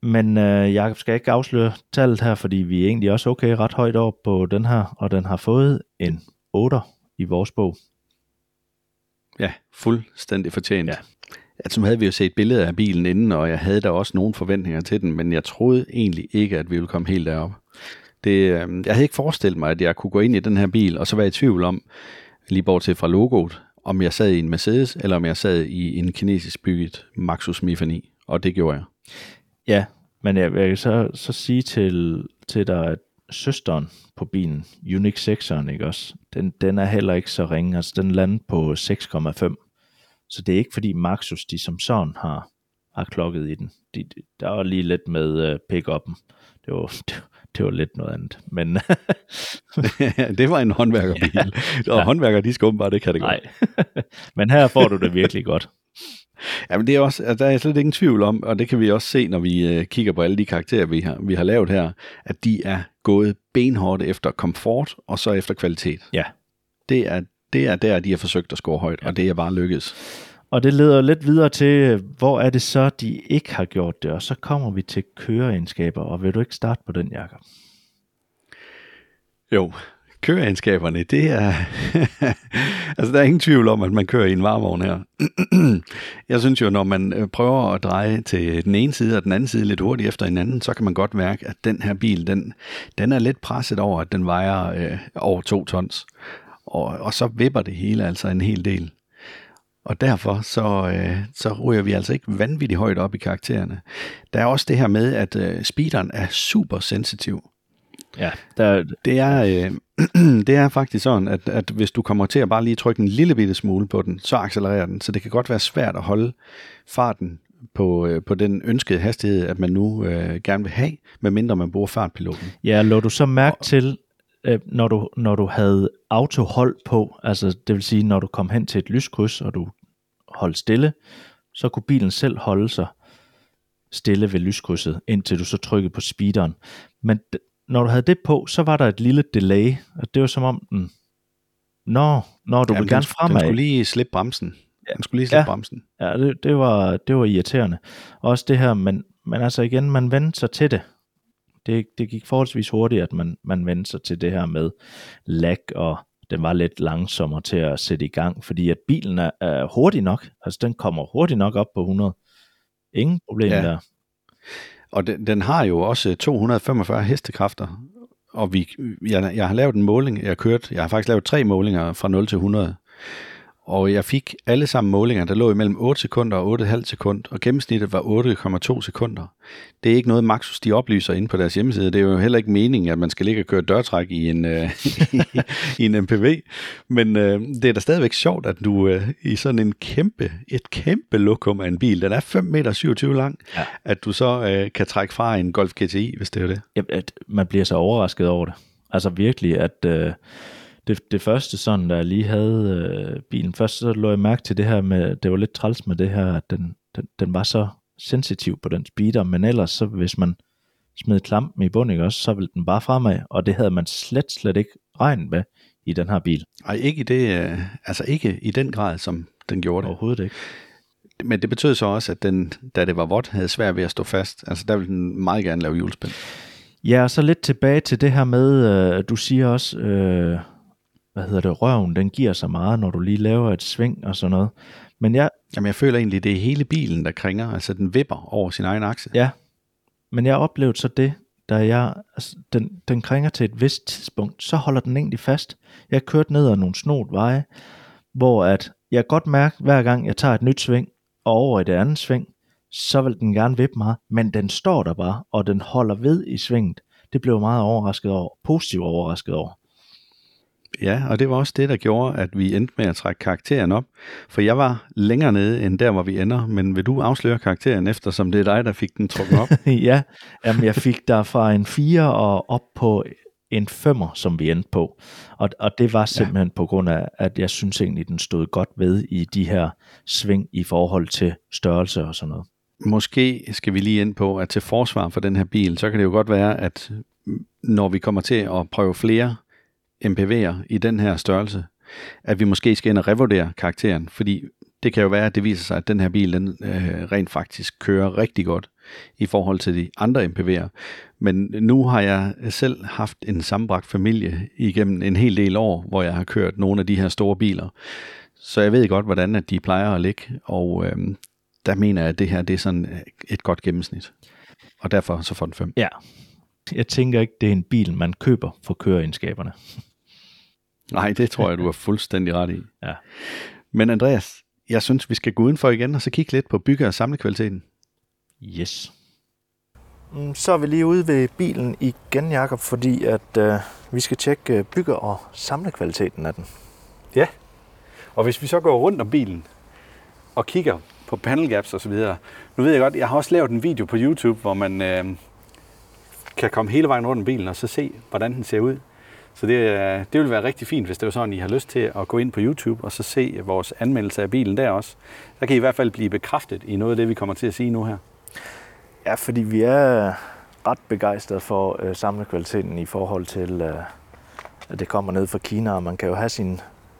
Men øh, Jakob skal ikke afsløre tallet her, fordi vi er egentlig også okay ret højt op på den her, og den har fået en otter i vores bog. Ja, fuldstændig fortjent. Ja. Altså, nu havde vi jo set billeder af bilen inden, og jeg havde da også nogle forventninger til den, men jeg troede egentlig ikke, at vi ville komme helt derop. Det, øh, jeg havde ikke forestillet mig, at jeg kunne gå ind i den her bil, og så være i tvivl om, lige bortset fra logoet, om jeg sad i en Mercedes, eller om jeg sad i en kinesisk bygget Maxus M I F ni, og det gjorde jeg. Ja, men jeg, jeg kan så, så sige til, til dig, at søsteren på bilen, Unix sekseren, ikke også, den, den er heller ikke så ringe, altså den landede på seks komma fem. Så det er ikke fordi Maxus, de som sådan har, har klokket i den. De, de, der var lige lidt med uh, pick-up'en. Det var, det, det var lidt noget andet. Men det var en håndværkerbil. Ja. Og ja. Håndværker, de skal åbenbart ikke have det godt. Nej, men her får du det virkelig godt. Jamen det er også, altså, der er slet ingen tvivl om, og det kan vi også se, når vi uh, kigger på alle de karakterer, vi har, vi har lavet her, at de er gået benhårdt efter komfort, og så efter kvalitet. Ja. Det er Det er der, de har forsøgt at score højt, ja. Og det er bare lykkedes. Og det leder lidt videre til, hvor er det så, de ikke har gjort det, og så kommer vi til køreegenskaber, og vil du ikke starte på den, Jakob? Jo, køreegenskaberne, det er... altså, der er ingen tvivl om, at man kører i en varevogn her. Jeg synes jo, når man prøver at dreje til den ene side og den anden side lidt hurtigt efter hinanden, så kan man godt mærke, at den her bil, den, den er lidt presset over, at den vejer øh, over to tons. Og, og så vipper det hele altså en hel del. Og derfor så, øh, så ryger vi altså ikke vanvittigt højt op i karaktererne. Der er også det her med, at øh, speederen er super sensitiv. Ja, der... det, er, øh, det er faktisk sådan, at, at hvis du kommer til at bare lige trykke en lille bitte smule på den, så accelererer den. Så det kan godt være svært at holde farten på, øh, på den ønskede hastighed, at man nu øh, gerne vil have, medmindre man bruger fartpiloten. Ja, lå du så mærke og, til... Når du, når du havde autohold på, altså det vil sige, når du kom hen til et lyskryds, og du holdt stille, så kunne bilen selv holde sig stille ved lyskrydset, indtil du så trykkede på speederen. Men d- når du havde det på, så var der et lille delay, og det var som om den, nå, når du ja, vil gerne fremad. Den skulle lige slippe bremsen. Den skulle lige slippe ja, bremsen. Ja, det, det, var, det var irriterende. Også det her, men, men altså igen, man vendte sig til det. Det, det gik forholdsvis hurtigt, at man, man vendte sig til det her med lag, og den var lidt langsommere til at sætte i gang, fordi at bilen er, er hurtig nok, altså den kommer hurtigt nok op på hundrede. Ingen problem ja. Der. Og den, den har jo også to hundrede og femogfyrre hestekræfter, og vi, jeg, jeg har lavet en måling, jeg har kørt, jeg har faktisk lavet tre målinger fra nul til hundrede, og jeg fik alle sammen målinger, der lå imellem otte sekunder og otte komma fem sekunder, og gennemsnittet var otte komma to sekunder. Det er ikke noget, Maxus de oplyser inde på deres hjemmeside. Det er jo heller ikke meningen, at man skal ligge og køre dørtræk i en, øh, i en M P V. Men øh, det er da stadigvæk sjovt, at du øh, i sådan en kæmpe, et kæmpe lokum af en bil, den er fem komma syvogtyve meter lang, ja. At du så øh, kan trække fra en Golf G T I, hvis det er det. Ja, at man bliver så overrasket over det. Altså virkelig, at... Øh Det, det første sådan, da jeg lige havde øh, bilen, først så lå jeg mærke til det her med, det var lidt træls med det her, at den, den, den var så sensitiv på den speeder, men ellers så hvis man smed klampen i bunden, ikke også, så ville den bare fremad, og det havde man slet, slet ikke regnet med i den her bil. Nej, ikke i det, øh, altså ikke i den grad, som den gjorde det. Overhovedet ikke. Men det betød så også, at den, da det var vådt, havde svært ved at stå fast. Altså der ville den meget gerne lave hjulspænd. Ja, og så lidt tilbage til det her med, øh, du siger også... Øh, hvad hedder det, røven, den giver så meget, når du lige laver et sving og sådan noget. Men jeg... Jamen jeg føler egentlig, det er hele bilen, der kringer, altså den vipper over sin egen akse. Ja, men jeg oplevede så det, da jeg, altså, den, den kringer til et vist tidspunkt, så holder den egentlig fast. Jeg kørte ned ad nogle snot veje, hvor at jeg godt mærke, hver gang jeg tager et nyt sving, og over i det andet sving, så vil den gerne vippe meget, men den står der bare, og den holder ved i svinget. Det blev jeg meget overrasket over, positivt overrasket over. Ja, og det var også det, der gjorde, at vi endte med at trække karakteren op. For jeg var længere nede, end der, hvor vi ender. Men vil du afsløre karakteren, eftersom det er dig, der fik den trukket op? Ja, jamen jeg fik der fra en fire og op på en femmer, som vi endte på. Og, og det var simpelthen ja. På grund af, at jeg synes egentlig, den stod godt ved i de her sving i forhold til størrelse og sådan noget. Måske skal vi lige ind på, at til forsvar for den her bil, så kan det jo godt være, at når vi kommer til at prøve flere M P V'er i den her størrelse, at vi måske skal ind og revurdere karakteren, fordi det kan jo være, at det viser sig, at den her bil den, øh, rent faktisk kører rigtig godt i forhold til de andre M P V'er. Men nu har jeg selv haft en sammenbragt familie igennem en hel del år, hvor jeg har kørt nogle af de her store biler. Så jeg ved godt, hvordan at de plejer at ligge, og øh, der mener jeg, at det her det er sådan et godt gennemsnit. Og derfor så får den fem. Ja, jeg tænker ikke, det er en bil, man køber for køreegenskaberne. Nej, det tror jeg, du er fuldstændig ret i. Ja. Men Andreas, jeg synes, vi skal gå udenfor igen, og så kigge lidt på bygge- og samlekvaliteten. Yes. Så er vi lige ude ved bilen igen, Jakob, fordi at øh, vi skal tjekke bygge- og samlekvaliteten af den. Ja, og hvis vi så går rundt om bilen og kigger på panel gaps og så videre. Nu ved jeg godt, jeg har også lavet en video på YouTube, hvor man øh, kan komme hele vejen rundt om bilen og så se, hvordan den ser ud. Så det, øh, det vil være rigtig fint, hvis det er sådan, I har lyst til at gå ind på YouTube og så se vores anmeldelse af bilen der også. Der kan I i hvert fald blive bekræftet i noget af det, vi kommer til at sige nu her. Ja, fordi vi er ret begejstrede for øh, samlekvaliteten i forhold til, øh, at det kommer ned fra Kina, og man kan jo have sin,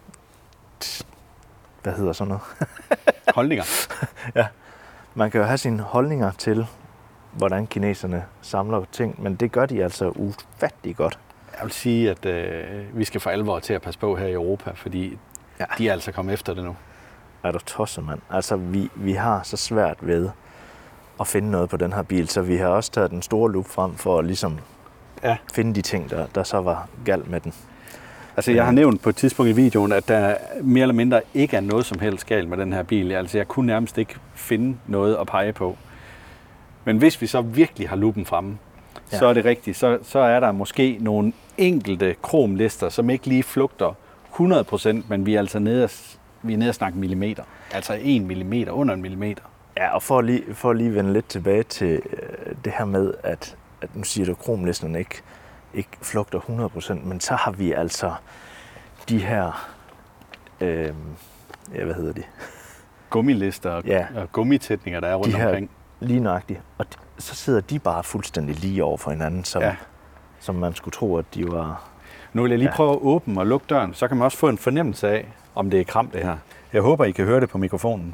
hvad hedder sådan noget? Holdninger. Ja, man kan jo have sine holdninger til, hvordan kineserne samler ting, men det gør de altså ufattelig godt. Jeg vil sige, at øh, vi skal for alvor til at passe på her i Europa, fordi ja. de er altså kommet efter det nu. Er du tosset, mand? Altså, vi, vi har så svært ved at finde noget på den her bil, så vi har også taget den store lup frem for at ligesom ja. finde de ting, der, der så var galt med den. Altså, jeg har nævnt på et tidspunkt i videoen, at der mere eller mindre ikke er noget som helst galt med den her bil. Altså, jeg kunne nærmest ikke finde noget at pege på. Men hvis vi så virkelig har lupen fremme, ja. så er det rigtigt. Så, så er der måske nogle enkelte kromlister, som ikke lige flugter hundrede procent, men vi er altså nede at, vi er nede at snakke millimeter. Altså en millimeter, under en millimeter. Ja, og for lige, for lige vende lidt tilbage til øh, det her med, at, at nu siger du, at kromlisterne ikke, ikke flugter hundrede procent, men så har vi altså de her, øh, ja, hvad hedder de? Gummilister og, ja. og gummitætninger, der er rundt de her, omkring. Lige nøjagtigt. Og de, så sidder de bare fuldstændig lige over for hinanden, som, ja. som man skulle tro, at de var... Nu vil jeg lige ja. prøve at åbne og lukke døren, så kan man også få en fornemmelse af, om det er kram det her. Jeg håber, I kan høre det på mikrofonen.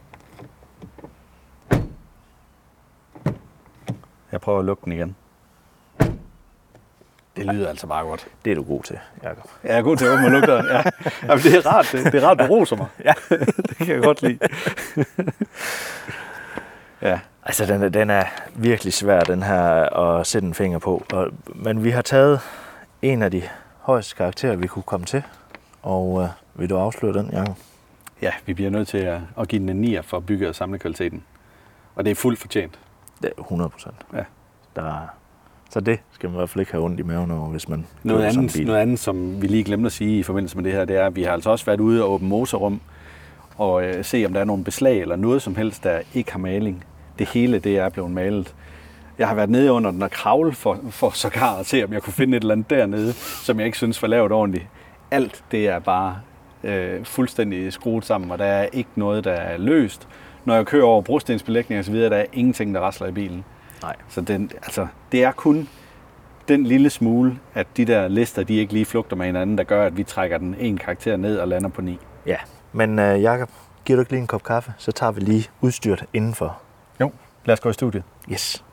Jeg prøver at lukke den igen. Det lyder altså bare godt. Det er du god til, Jakob. Ja, jeg er god til at åbne og lukke døren. Ja. Jamen, det er rart, det, det er rart, du roser mig. Ja. Det kan jeg godt lide. Ja. Altså, den er, den er virkelig svær, den her, at sætte en finger på. Og, men vi har taget en af de højeste karakterer, vi kunne komme til. Og øh, vil du afsløre den, Jakob? Ja, vi bliver nødt til at, at give den en nier for at bygge og samle kvaliteten. Og det er fuldt fortjent. Det er hundrede procent. Ja. Der, så det skal man i hvert fald ikke have ondt i maven over, hvis man noget andet, noget andet, som vi lige glemte at sige i forbindelse med det her, det er, at vi har altså også været ude og åbne motorrum og øh, se, om der er nogle beslag eller noget som helst, der ikke har maling. Det hele, det er blevet malet. Jeg har været nede under den og kravle for, for sågar at se, om jeg kunne finde et eller andet dernede, som jeg ikke synes var lavet ordentligt. Alt, det er bare øh, fuldstændig skruet sammen, og der er ikke noget, der er løst. Når jeg kører over brostensbelægning og så videre, der er ingenting, der rasler i bilen. Nej. Så den, altså, det er kun den lille smule, at de der lister, de ikke lige flugter med hinanden, der gør, at vi trækker den en karakter ned og lander på ni. Ja, men uh, Jakob, giver du ikke lige en kop kaffe, så tager vi lige udstyret indenfor. Jo, lad os gå i studiet. Yes.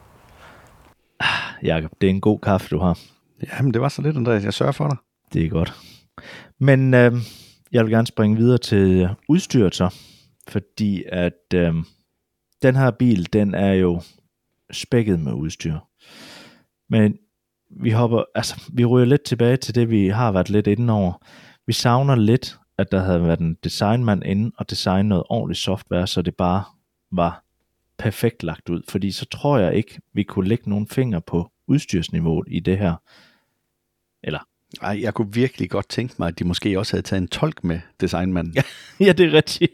Ah, Jakob, det er en god kaffe, du har. Jamen, det var så lidt, Andreas. Jeg sørger for dig. Det er godt. Men øh, jeg vil gerne springe videre til udstyret så, fordi at øh, den her bil, den er jo spækket med udstyr. Men vi hopper, altså, vi ryger lidt tilbage til det, vi har været lidt inde over. Vi savner lidt, at der havde været en designmand inde og designe noget ordentligt software, så det bare var perfekt lagt ud. Fordi så tror jeg ikke, vi kunne lægge nogle fingre på udstyrsniveauet i det her. Eller? Ej, jeg kunne virkelig godt tænke mig, at de måske også havde taget en tolk med designmanden. Ja, det er rigtigt.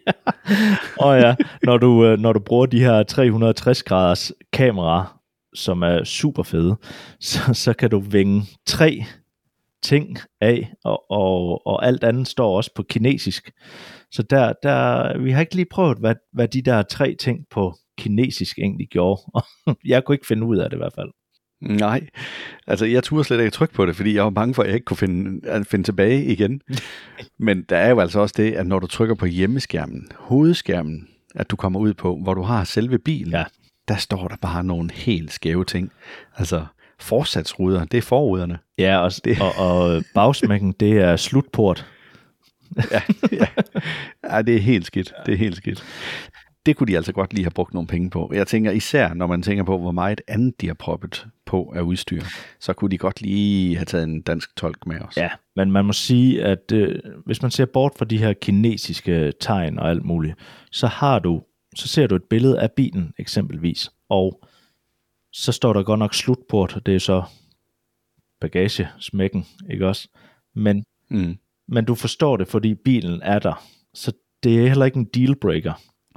Og ja, når du, når du bruger de her tre hundrede og tres graders kameraer, som er super fede, så, så kan du vinge tre ting af, og, og, og alt andet står også på kinesisk. Så der, der, vi har ikke lige prøvet, hvad, hvad de der tre ting på kinesisk egentlig gjorde. Jeg kunne ikke finde ud af det i hvert fald. Nej, altså jeg turde slet ikke trykke på det, fordi jeg var bange for, at jeg ikke kunne finde, at finde tilbage igen. Men der er jo altså også det, at når du trykker på hjemmeskærmen, hovedskærmen, at du kommer ud på, hvor du har selve bilen, Ja. der står der bare nogle helt skæve ting. Altså forsatsruder, det er forruderne. Ja, og, det. og, og bagsmækken, det er slutport. ja, ja. ja, det er helt skidt. Det er helt skidt. Det kunne de altså godt lige have brugt nogle penge på. Jeg tænker især, når man tænker på, hvor meget andet de har proppet på af udstyr, så kunne de godt lige have taget en dansk tolk med os. Ja, men man må sige, at øh, hvis man ser bort fra de her kinesiske tegn og alt muligt, så har du, så ser du et billede af bilen eksempelvis, og så står der godt nok slutport, og det er så bagagesmækken, ikke også? Men, mm. men du forstår det, fordi bilen er der, så det er heller ikke en dealbreaker.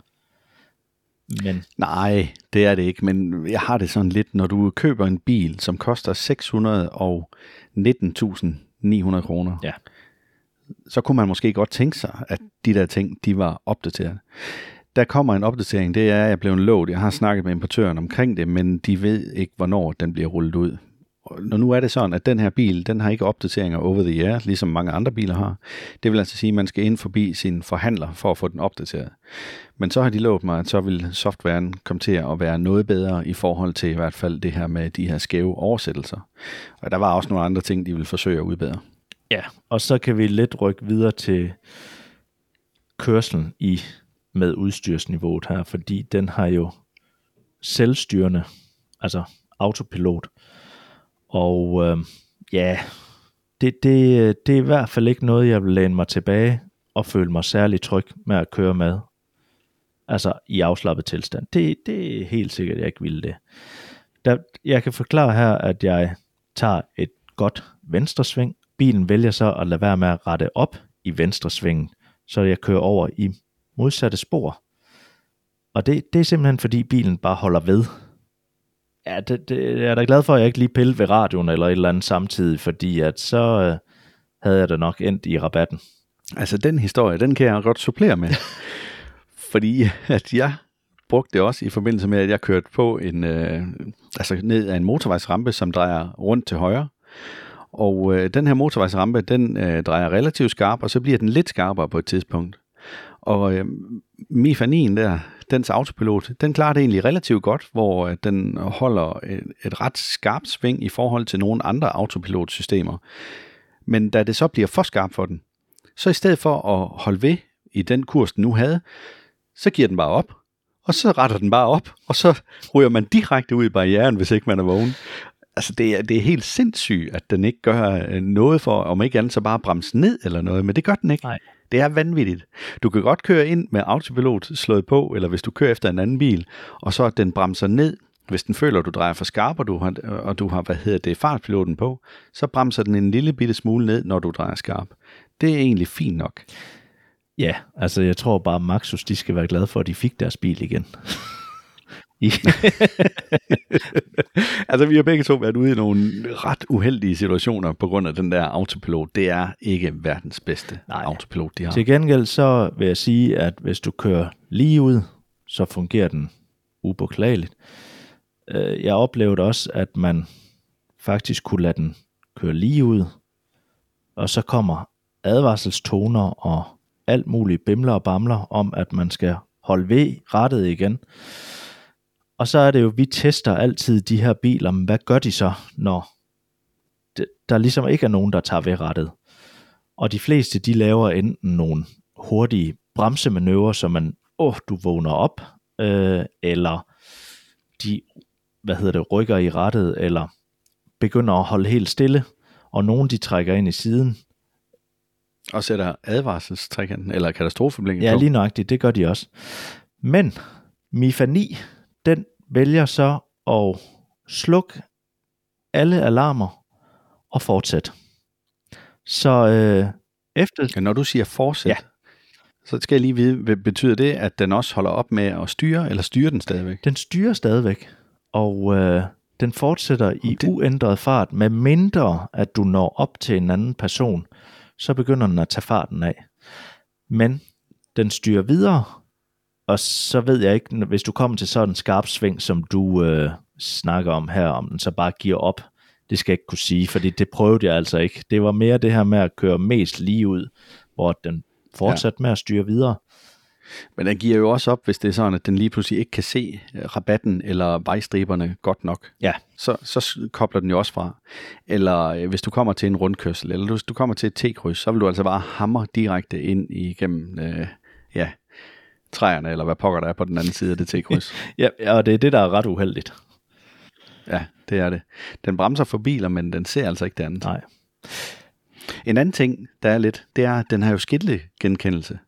Men. Nej, det er det ikke, men jeg har det sådan lidt, når du køber en bil, som koster seks hundrede og nitten tusind ni hundrede kroner, ja. så kunne man måske godt tænke sig, at de der ting, de var opdateret. Der kommer en opdatering, det er, at jeg blev en lovet. Jeg har snakket med importøren omkring det, men de ved ikke, hvornår den bliver rullet ud. Og nu er det sådan, at den her bil, den har ikke opdateringer over the air, ligesom mange andre biler har. Det vil altså sige, at man skal ind forbi sin forhandler for at få den opdateret. Men så har de lovet mig, at så vil softwaren komme til at være noget bedre i forhold til i hvert fald det her med de her skæve oversættelser. Og der var også nogle andre ting, de vil forsøge at udbedre. Ja, og så kan vi lidt rykke videre til kørslen i med udstyrsniveauet her, fordi den har jo selvstyrende, altså autopilot. Og øh, ja, det, det, det er i hvert fald ikke noget, jeg vil læne mig tilbage og føle mig særlig tryg med at køre med. Altså i afslappet tilstand. Det, det er helt sikkert, at jeg ikke vil det. Der, jeg kan forklare her, at jeg tager et godt venstresving. Bilen vælger så at lade være med at rette op i venstresvingen, så jeg kører over i modsatte spor. Og det, det er simpelthen fordi bilen bare holder ved. Ja, det, det, jeg er da glad for, at jeg ikke lige pillede ved radioen eller et eller andet samtidig, fordi at så øh, havde jeg da nok endt i rabatten. Altså den historie, den kan jeg godt supplere med. Fordi at jeg brugte det også i forbindelse med, at jeg kørte på en, øh, altså ned ad en motorvejsrampe, som drejer rundt til højre. Og øh, den her motorvejsrampe, den øh, drejer relativt skarp, og så bliver den lidt skarpere på et tidspunkt. Og øh, Mifanien der, dens autopilot, den klarer det egentlig relativt godt, hvor øh, den holder et, et ret skarpt sving i forhold til nogle andre autopilotsystemer. Men da det så bliver for skarpt for den, så i stedet for at holde ved i den kurs, den nu havde, så giver den bare op, og så retter den bare op, og så ryger man direkte ud i barrieren, hvis ikke man er vågen. Altså det er, det er helt sindssygt, at den ikke gør noget for, om ikke andet så bare bremse ned eller noget, men det gør den ikke. Nej. Det er vanvittigt. Du kan godt køre ind med autopilot slået på, eller hvis du kører efter en anden bil, og så den bremser ned, hvis den føler, at du drejer for skarp, og du har, og du har hvad hedder det, fartpiloten på, så bremser den en lille bitte smule ned, når du drejer skarp. Det er egentlig fint nok. Ja, altså jeg tror bare, Maxus, de skal være glade for, at de fik deres bil igen. Altså vi har begge to været ude i nogle ret uheldige situationer på grund af den der autopilot. Det er ikke verdens bedste Nej. autopilot, de har. Til gengæld så vil jeg sige, at hvis du kører lige ud, så fungerer den upåklageligt. Jeg oplevede også, at man faktisk kunne lade den køre lige ud, og så kommer advarselstoner og alt muligt bimler og bamler om, at man skal holde ved rettet igen. Og så er det jo, vi tester altid de her biler, men hvad gør de så, når der ligesom ikke er nogen, der tager ved rettet? Og de fleste, de laver enten nogle hurtige bremsemanøvrer, så man, åh, du vågner op, øh, eller de, hvad hedder det, rykker i rettet, eller begynder at holde helt stille, og nogen, de trækker ind i siden. Og sætter advarselstrækkanten, eller katastrofeblinken Ja, på. lige nøjagtigt, det gør de også. Men Mifa ni, den vælger så at slukke alle alarmer og fortsætte. Så øh, efter... Ja, når du siger fortsæt, ja. så skal jeg lige vide, betyder det, at den også holder op med at styre, eller styrer den stadigvæk? Den styrer stadigvæk, og øh, den fortsætter i det... uændret fart, med mindre at du når op til en anden person, så begynder den at tage farten af. Men den styrer videre, og så ved jeg ikke, hvis du kommer til sådan en skarp sving, som du øh, snakker om her, om den så bare giver op, det skal jeg ikke kunne sige, fordi det prøvede jeg altså ikke. Det var mere det her med at køre mest lige ud, hvor den fortsatte ja. med at styre videre. Men den giver jo også op, hvis det er sådan, at den lige pludselig ikke kan se rabatten eller vejstriberne godt nok. Ja. Så, så kobler den jo også fra. Eller øh, hvis du kommer til en rundkørsel, eller hvis du kommer til et T-kryds, så vil du altså bare hamre direkte ind igennem øh, ja, træerne, eller hvad pokker der er på den anden side af det T-kryds. Ja, og det er det, der er ret uheldigt. Ja, det er det. Den bremser for biler, men den ser altså ikke det andet. Nej. En anden ting, der er lidt, det er, at den har jo skiltegenkendelse.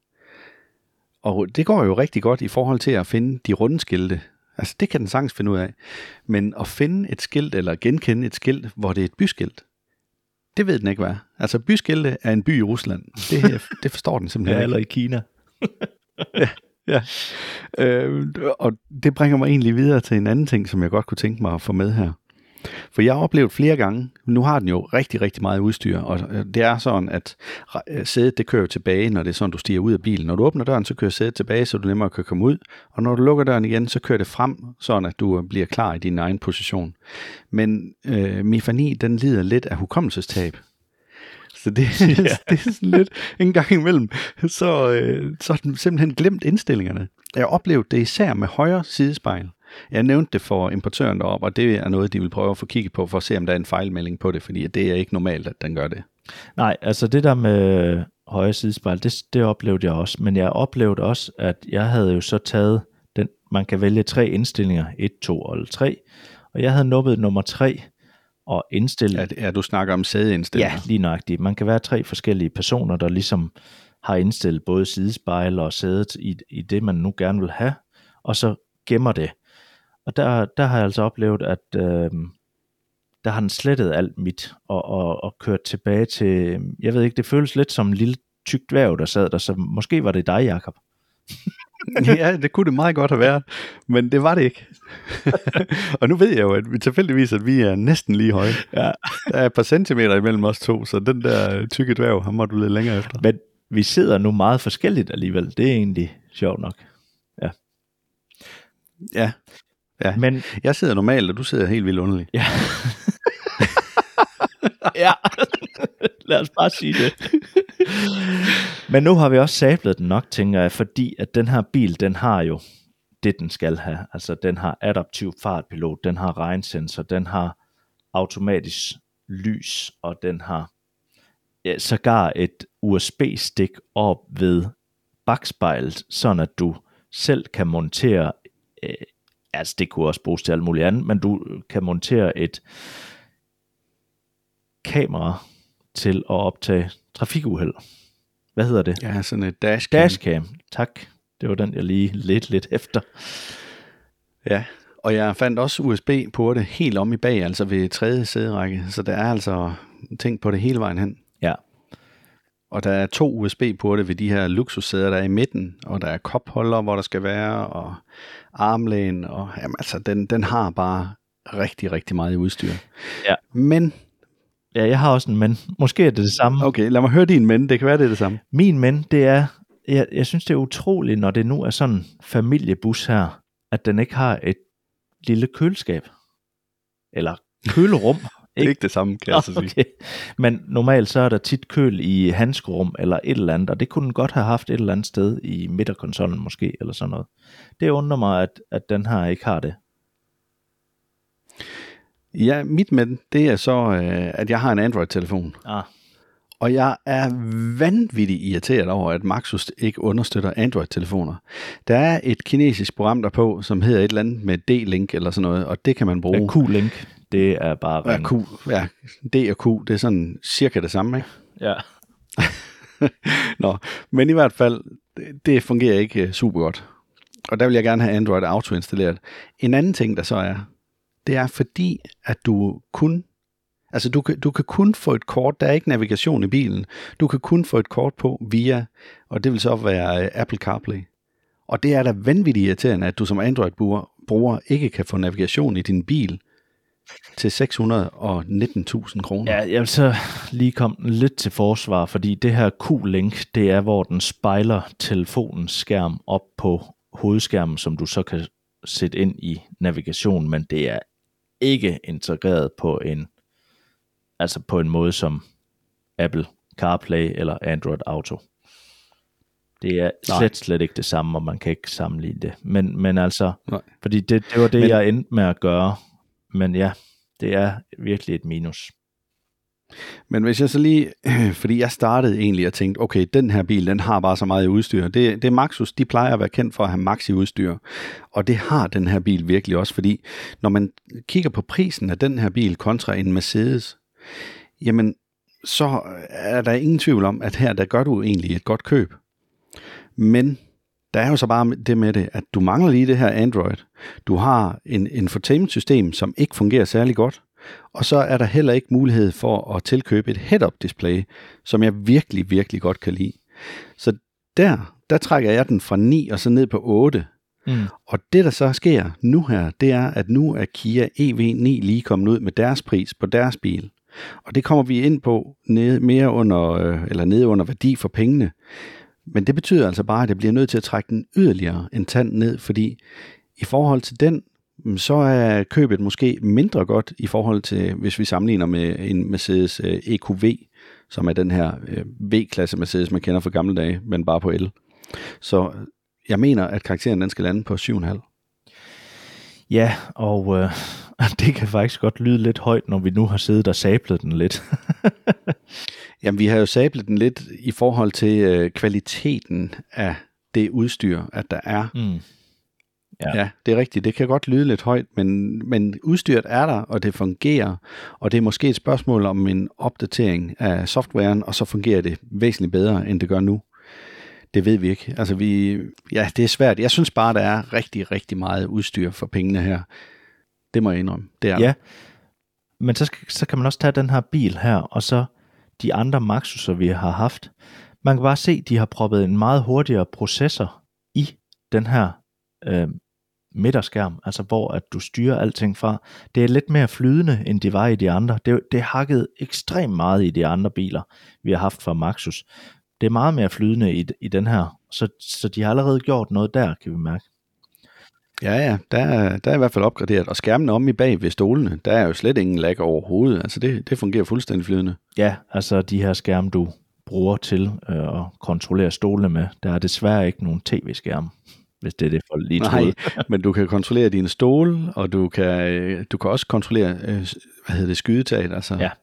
Og det går jo rigtig godt i forhold til at finde de runde skilte. Altså det kan den sagtens finde ud af. Men at finde et skilt, eller genkende et skilt, hvor det er et byskilt, det ved den ikke hvad. Altså byskilte er en by i Rusland. Det, det forstår den simpelthen ja, ikke. Eller i Kina. ja, ja. Øh, og det bringer mig egentlig videre til en anden ting, som jeg godt kunne tænke mig at få med her. For jeg har oplevet flere gange, nu har den jo rigtig, rigtig meget udstyr, og det er sådan, at sædet det kører tilbage, når det er sådan, du stiger ud af bilen. Når du åbner døren, så kører sædet tilbage, så du nemmere kan komme ud, og når du lukker døren igen, så kører det frem, sådan at du bliver klar i din egen position. Men øh, Mifani, den lider lidt af hukommelsestab. Så det, ja. det er sådan lidt en gang imellem, så, øh, så har den simpelthen glemt indstillingerne. Jeg har oplevet det især med højre sidespejl. Jeg nævnte det for importøren deroppe, og det er noget, de vil prøve at få kigget på, for at se, om der er en fejlmelding på det, fordi det er ikke normalt, at den gør det. Nej, altså det der med højre sidespejl, det, det oplevede jeg også, men jeg oplevede også, at jeg havde jo så taget, den, man kan vælge tre indstillinger, et, to eller tre, og jeg havde nuppet nummer tre og indstillet. Ja, ja, du snakker om sædeindstillinger. Ja, lige nøjagtigt. Man kan være tre forskellige personer, der ligesom har indstillet både sidespejl og sædet i, i det, man nu gerne vil have, og så gemmer det. Og der, der har jeg altså oplevet, at øh, der har den slettet alt mit, og, og, og kørt tilbage til, jeg ved ikke, det føles lidt som en lille tyk dværg, der sad der, så måske var det dig, Jakob. Ja, det kunne det meget godt have været, men det var det ikke. Og nu ved jeg jo, at vi tilfældigvis, at vi er næsten lige høje. Ja. Der er et par centimeter imellem os to, så den der tykke dværg, ham må du lidt længere efter. Men vi sidder nu meget forskelligt alligevel, det er egentlig sjovt nok. Ja. Ja. Ja, men jeg sidder normalt, og du sidder helt vildt underligt. Ja. Ja. Lad os bare sige det. Men nu har vi også sablet den nok, tænker jeg, fordi at den her bil, den har jo det, den skal have. Altså, den har adaptiv fartpilot, den har regnsensor, den har automatisk lys, og den har ja, sågar et U S B-stik op ved bakspejlet, sådan at du selv kan montere øh, altså det kunne også bruges til alt muligt andet, men du kan montere et kamera til at optage trafikuheld. Hvad hedder det? Ja, sådan et dashcam. Dashcam, tak. Det var den, jeg lige lidt lidt efter. Ja, og jeg fandt også U S B-porte helt om i bag, altså ved tredje sæderække, så der er altså ting på det hele vejen hen. Ja. Og der er to U S B-porte ved de her luksussæder, der er i midten, og der er kopholder, hvor der skal være, og armlæn, og jamen, altså, den, den har bare rigtig, rigtig meget udstyr. Ja. Men... Ja, jeg har også en men. Måske er det det samme. Okay, lad mig høre din men. Det kan være, det er det samme. Min men, det er... Jeg, jeg synes, det er utroligt, når det nu er sådan en familiebus her, at den ikke har et lille køleskab. Eller kølerum. Ikke? Ikke det samme, kan jeg så sige. Okay. Men normalt så er der tit køl i handskerum eller et eller andet, og det kunne den godt have haft et eller andet sted i midterkonsollen måske, eller sådan noget. Det undrer mig, at, at den her ikke har det. Ja, mit med det er så, at jeg har en Android-telefon. Ah. Og jeg er vanvittigt irriteret over, at Maxus ikke understøtter Android-telefoner. Der er et kinesisk program derpå, som hedder et eller andet med D-Link eller sådan noget, og det kan man bruge. Ja, Q-Link, det er bare... Ja, Q, ja, D og Q, det er sådan cirka det samme, ikke? Ja. Nå, men i hvert fald, det, det fungerer ikke super godt. Og der vil jeg gerne have Android Auto installeret. En anden ting, der så er, det er fordi, at du kun... Altså, du kan, du kan kun få et kort, der er ikke navigation i bilen. Du kan kun få et kort på via, og det vil så være uh, Apple CarPlay. Og det er da vanvittigt irriterende, at du som Android-bruger ikke kan få navigation i din bil til seks hundrede og nitten tusind kroner. Ja, jeg vil så lige komme lidt til forsvar, fordi det her Q-Link, det er, hvor den spejler telefonens skærm op på hovedskærmen, som du så kan sætte ind i navigationen, men det er ikke integreret på en, altså på en måde som Apple CarPlay eller Android Auto. Det er slet, Nej. slet ikke det samme, og man kan ikke sammenligne det. Men, men altså, Nej. fordi det, det var det, men, jeg endte med at gøre. Men ja, det er virkelig et minus. Men hvis jeg så lige, fordi jeg startede egentlig og tænkte, okay, den her bil, den har bare så meget i udstyr. Det, det Maxus, de plejer at være kendt for at have max i udstyr. Og det har den her bil virkelig også, fordi når man kigger på prisen af den her bil kontra en Mercedes, jamen, så er der ingen tvivl om, at her, der gør du egentlig et godt køb. Men der er jo så bare det med det, at du mangler lige det her Android. Du har en infotainment-system, som ikke fungerer særlig godt. Og så er der heller ikke mulighed for at tilkøbe et head-up display, som jeg virkelig, virkelig godt kan lide. Så der, der trækker jeg den fra ni og så ned på otte. Mm. Og det, der så sker nu her, det er, at nu er Kia E V ni lige kommet ud med deres pris på deres bil. Og det kommer vi ind på nede, mere under, eller nede under værdi for pengene. Men det betyder altså bare, at jeg bliver nødt til at trække den yderligere en tand ned, fordi i forhold til den, så er købet måske mindre godt i forhold til, hvis vi sammenligner med en Mercedes E Q V, som er den her V-klasse Mercedes, man kender fra gamle dage, men bare på el. Så jeg mener, at karakteren den skal lande på syv komma fem. Ja, og øh, det kan faktisk godt lyde lidt højt, når vi nu har siddet og sablet den lidt. Jamen, vi har jo sablet den lidt i forhold til øh, kvaliteten af det udstyr, at der er. Mm. Ja. ja, det er rigtigt. Det kan godt lyde lidt højt, men, men udstyret er der, og det fungerer. Og det er måske et spørgsmål om en opdatering af softwaren, og så fungerer det væsentligt bedre, end det gør nu. Det ved vi ikke. Altså, vi, ja, det er svært. Jeg synes bare, der er rigtig, rigtig meget udstyr for pengene her. Det må jeg indrømme. Det er ja, der. Men så, skal, så kan man også tage den her bil her, og så de andre Maxuser, vi har haft. Man kan bare se, at de har proppet en meget hurtigere processor i den her øh, midterskærm, altså hvor at du styrer alting fra. Det er lidt mere flydende, end det var i de andre. Det, det hakket ekstremt meget i de andre biler, vi har haft fra Maxus. Det er meget mere flydende i, i den her, så, så de har allerede gjort noget der, kan vi mærke. Ja, ja, der er, der er i hvert fald opgraderet, og skærmen om i bag ved stolene, der er jo slet ingen lag overhovedet, altså det, det fungerer fuldstændig flydende. Ja, altså de her skærme, du bruger til øh, at kontrollere stolene med, der er desværre ikke nogen tv-skærm, hvis det er det for lige troede. Nej, men du kan kontrollere dine stole, og du kan, du kan også kontrollere, øh, hvad hedder det, skydetaget, altså ja.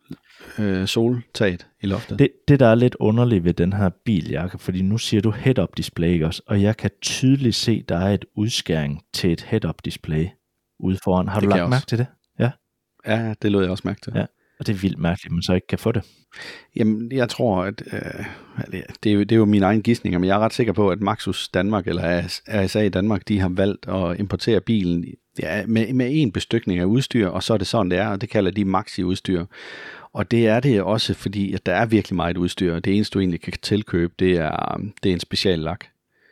øh, soltaget i loftet. Det, det, der er lidt underligt ved den her bil, Jakob, fordi nu siger du head-up display også, og jeg kan tydeligt se, der er et udskæring til et head-up display ude foran. Har det du lagt mærke til det? Ja. Ja, det lod jeg også mærke til. Ja. Og det er vildt mærkeligt, at man så ikke kan få det. Jamen, jeg tror, at øh, det, er jo, det er jo min egen gidsning, men jeg er ret sikker på, at Maxus Danmark, eller R S A i Danmark, de har valgt at importere bilen ja, med, med en bestykning af udstyr, og så er det sådan, det er, og det kalder de maxi udstyr. Og det er det også, fordi at der er virkelig meget udstyr, og det eneste, du egentlig kan tilkøbe, det er, det er en special lak.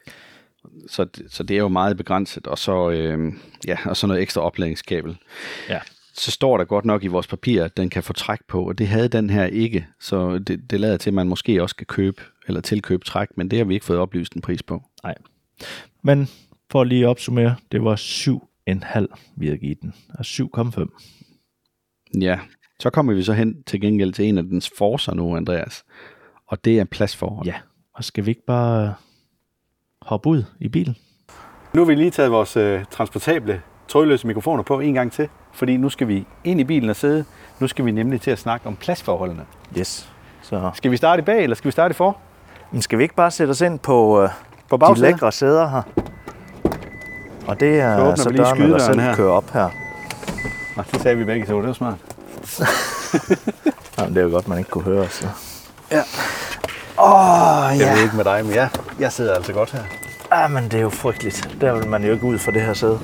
Så, så det er jo meget begrænset, og så, øh, ja, og så noget ekstra opladningskabel. Ja. Så står der godt nok i vores papir, at den kan få træk på, og det havde den her ikke. Så det, det lader til, at man måske også skal købe eller tilkøbe træk, men det har vi ikke fået oplyst en pris på. Nej. Men for lige at opsummere, det var syv komma fem, vi havde givet den. Og syv komma fem. Ja, så kommer vi så hen til gengæld til en af dens forser nu, Andreas. Og det er pladsforhold. Ja, og skal vi ikke bare hoppe ud i bilen? Nu har vi lige taget vores øh, transportable trådløse mikrofoner på en gang til, fordi nu skal vi ind i bilen og sidde. Nu skal vi nemlig til at snakke om pladsforholdene. Yes. Så. Skal vi starte i bag, eller skal vi starte i for? Men skal vi ikke bare sætte os ind på, uh, på de lækre sæder her? Og det er så, så dørene, der selv her. Kører op her. Nå, det sagde vi begge to, det var smart. Jamen, det er jo godt, man ikke kunne høre os. Så. Ja. Åh, oh, ja. Jeg ved ikke med dig, men jeg, jeg sidder altså godt her. Ah, men det er jo frygteligt. Der vil man jo ikke ud fra det her sæde.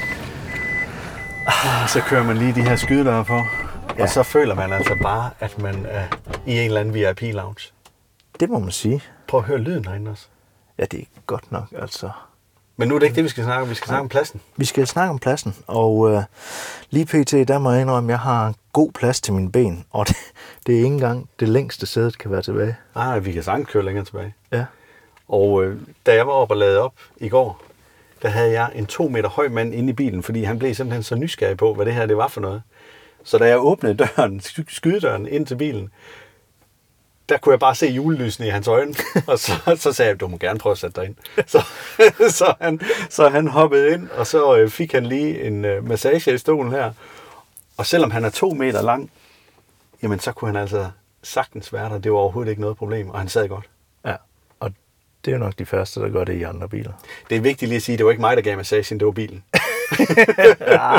Så kører man lige de her skydedøre på, ja. Og så føler man altså bare, at man er i en eller anden V I P-lounge. Det må man sige. Prøv at høre lyden herinde også. Ja, det er godt nok, altså. Men nu er det ikke det, vi skal snakke om. Vi skal snakke om pladsen. Vi skal snakke om pladsen, og øh, lige pt. Der må jeg indrømme, at jeg har en god plads til mine ben, og det, det er ikke engang det længste sædet kan være tilbage. Nej, vi kan sagtens køre længere tilbage. Ja. Og øh, da jeg var oppe og lavede op i går, der havde jeg en to meter høj mand inde i bilen, fordi han blev simpelthen så nysgerrig på, hvad det her det var for noget. Så da jeg åbnede døren, skydedøren ind til bilen, der kunne jeg bare se julelysene i hans øjne, og så, så sagde jeg, du må gerne prøve at sætte dig ind. Så, så, han, så han hoppede ind, og så fik han lige en uh, massage i stolen her. Og selvom han er to meter lang, jamen så kunne han altså sagtens være der. Det var overhovedet ikke noget problem, og han sad godt. Ja, og det er jo nok de første, der gør det i andre biler. Det er vigtigt lige at sige, at det var ikke mig, der gav massagen, det var bilen. Ja.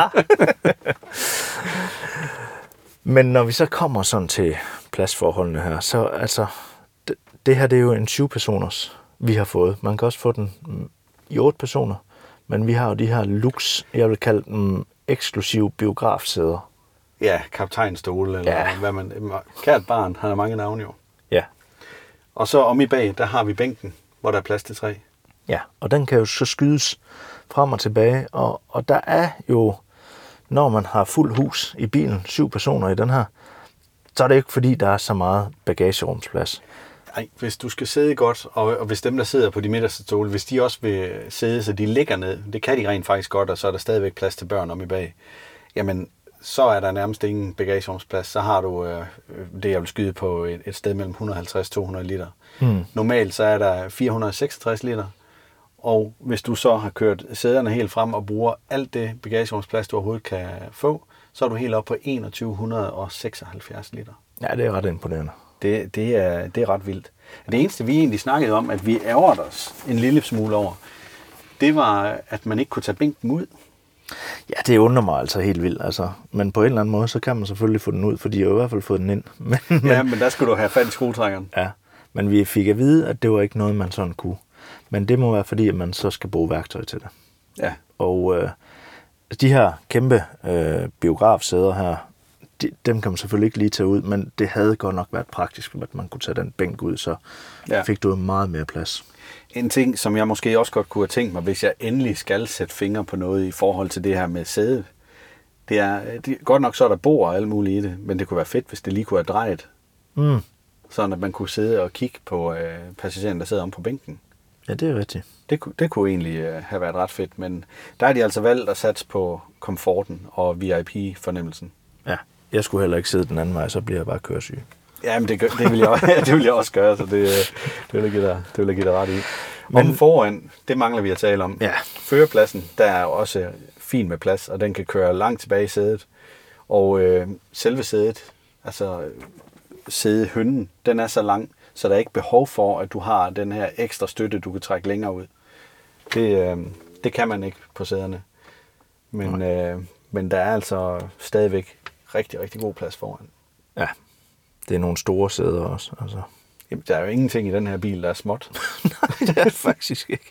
Men når vi så kommer sådan til pladsforholdene her, så altså, det, det her det er jo en syv personers, vi har fået. Man kan også få den i otte personer, men vi har jo de her lux, jeg vil kalde dem eksklusive biografsæder. Ja, kaptajnstole, eller ja. Hvad man... Kært barn, han har mange navne jo. Ja. Og så om i bag, der har vi bænken, hvor der er plads til tre. Ja, og den kan jo så skydes frem og tilbage, og, og der er jo, når man har fuld hus i bilen, syv personer i den her, så er det ikke fordi, der er så meget bagagerumsplads. Nej, hvis du skal sidde godt, og, og hvis dem, der sidder på de midterste stole, hvis de også vil sidde, så de ligger ned, det kan de rent faktisk godt, og så er der stadigvæk plads til børn om i bag, jamen, så er der nærmest ingen bagagerumsplads. Så har du øh, det, jeg vil skyde på et, et sted mellem et hundrede og halvtreds til to hundrede liter. Hmm. Normalt så er der fire hundrede og seksogtres liter, og hvis du så har kørt sæderne helt frem og bruger alt det bagagerumsplads, du overhovedet kan få, så er du helt oppe på enogtyve seksoghalvfjerds liter. Ja, det er ret imponerende. Det, det, er, det er ret vildt. Det eneste, vi egentlig snakkede om, at vi ærgede os en lille smule over, det var, at man ikke kunne tage bænken ud. Ja, det undrer mig altså helt vildt. Altså. Men på en eller anden måde, så kan man selvfølgelig få den ud, for de har i hvert fald fået den ind. Men, ja, men der skulle du have fat i skruetrækkeren. Ja, men vi fik at vide, at det var ikke noget, man sådan kunne. Men det må være fordi, at man så skal bruge værktøj til det. Ja. Og øh, de her kæmpe øh, biografsæder her, de, dem kan man selvfølgelig ikke lige tage ud, men det havde godt nok været praktisk, at man kunne tage den bænk ud, så ja. Fik du meget mere plads. En ting, som jeg måske også godt kunne have tænkt mig, hvis jeg endelig skal sætte fingre på noget i forhold til det her med sædet, det er, det, godt nok så er der bord og alt muligt i det, men det kunne være fedt, hvis det lige kunne have drejet. Mm. Sådan at man kunne sidde og kigge på øh, passageren, der sidder om på bænken. Ja, det er rigtigt. Det, det kunne egentlig øh, have været ret fedt, men der er de altså valgt at satse på komforten og V I P-fornemmelsen. Ja, jeg skulle heller ikke sidde den anden vej, så bliver jeg bare køresyg. Ja, men det, gør, det, vil jeg, det vil jeg også gøre, så det, det, vil jeg give dig, det vil jeg give dig ret i. Men om foran, det mangler vi at tale om. Ja. Førerpladsen, der er også fin med plads, og den kan køre langt tilbage i sædet. Og øh, selve sædet, altså sædehønnen, den er så lang, så der er ikke behov for, at du har den her ekstra støtte, du kan trække længere ud. Det, øh, det kan man ikke på sæderne. Men, øh, men der er altså stadigvæk rigtig, rigtig god plads foran. Ja, det er nogle store sæder også. Altså. Jamen, der er jo ingenting i den her bil, der er småt. Nej, det er det faktisk ikke.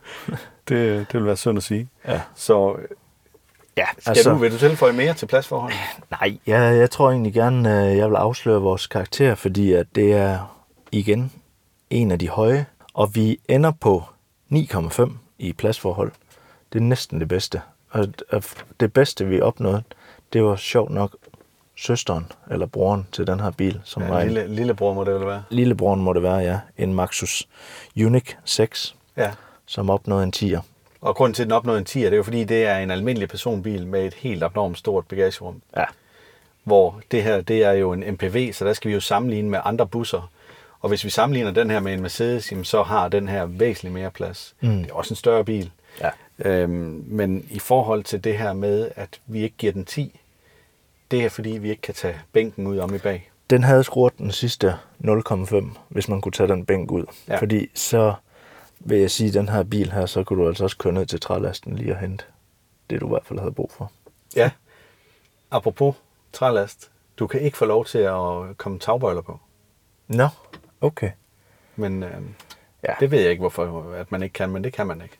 det, det vil være synd at sige. Ja. Så ja, skal altså, du, vil du tilføje mere til pladsforholdet? Nej, jeg, jeg tror egentlig gerne, jeg vil afsløre vores karakter, fordi at det er igen en af de høje, og vi ender på ni komma fem i pladsforhold. Det er næsten det bedste. Og det bedste, vi opnåede, det var sjovt nok søsteren eller broren til den her bil. Som ja, var lille, en, lillebror må det vel være? Lillebroren må det være, ja. En Maxus Unique seks, ja. Som opnåede en tier. Og grunden til, at den opnåede en tier, det er jo fordi, det er en almindelig personbil med et helt abnormt stort bagagerum. Ja. Hvor det her, det er jo en M P V, så der skal vi jo sammenligne med andre busser. Og hvis vi sammenligner den her med en Mercedes, så har den her væsentligt mere plads. Mm. Det er også en større bil. Ja. Øhm, men i forhold til det her med, at vi ikke giver den ti, det er fordi, vi ikke kan tage bænken ud om i bag. Den havde skruet den sidste nul komma fem, hvis man kunne tage den bænk ud. Ja. Fordi så vil jeg sige, at den her bil her, så kunne du altså også køre ned til trælasten lige og hente det, du i hvert fald havde brug for. Ja. Apropos trælast, du kan ikke få lov til at komme tagbøjler på. Nå, okay. Men øh, ja. Det ved jeg ikke, hvorfor at man ikke kan, men det kan man ikke.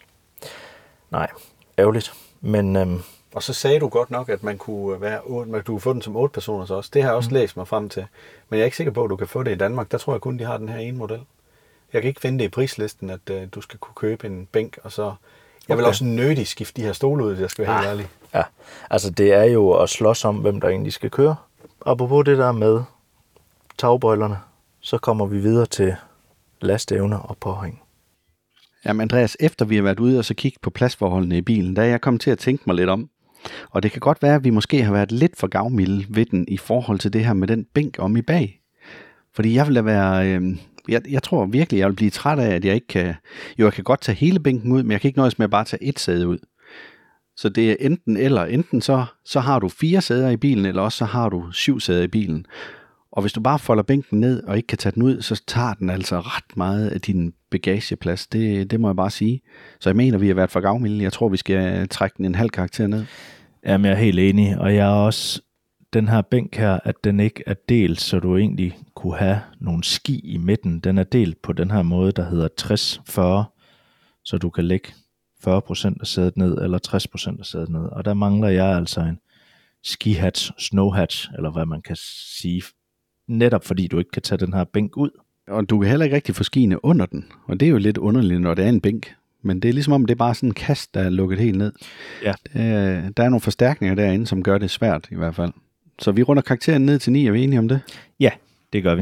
Nej, ærgerligt. Men, øhm, og så sagde du godt nok, at man kunne, være otte, man kunne få den som otte personer så også. Det har jeg også mm. læst mig frem til. Men jeg er ikke sikker på, at du kan få det i Danmark. Der tror jeg kun, de har den her ene model. Jeg kan ikke finde det i prislisten, at øh, du skal kunne købe en bænk, og så... Jeg vil okay. også nødigt skifte de her stole ud, jeg skal være ah, helt ærlig. Ja, altså det er jo at slås om, hvem der egentlig skal køre. Apropos det der med tagbøjlerne, så kommer vi videre til lastevne og påhæng. Jamen Andreas, efter vi har været ude og så kigge på pladsforholdene i bilen, der er jeg kommet til at tænke mig lidt om. Og det kan godt være, at vi måske har været lidt for gavmilde ved den i forhold til det her med den bænk om i bag. Fordi jeg vil da være... Øh, jeg, jeg tror virkelig, jeg vil blive træt af, at jeg ikke kan... Jo, jeg kan godt tage hele bænken ud, men jeg kan ikke nøjes med at bare tage et sæde ud. Så det er enten eller. Enten så, så har du fire sæder i bilen, eller også så har du syv sæder i bilen. Og hvis du bare folder bænken ned og ikke kan tage den ud, så tager den altså ret meget af din bagageplads. Det, det må jeg bare sige. Så jeg mener, vi har været for gavmilde. Jeg tror, vi skal trække den en halv karakter ned. Jamen, jeg er helt enig, og jeg er også den her bænk her, at den ikke er delt, så du egentlig kunne have nogle ski i midten. Den er delt på den her måde, der hedder tres fyrre, så du kan lægge fyrre procent af sædet ned, eller tres procent af sædet ned. Og der mangler jeg altså en ski-hatch, snow-hatch, eller hvad man kan sige, netop fordi du ikke kan tage den her bænk ud. Og du kan heller ikke rigtig få skiene under den, og det er jo lidt underligt, når det er en bænk. Men det er ligesom om, det er bare sådan en kast, der er lukket helt ned. Ja. Der, der er nogle forstærkninger derinde, som gør det svært i hvert fald. Så vi runder karakteren ned til ni, er vi enige om det? Ja, det gør vi.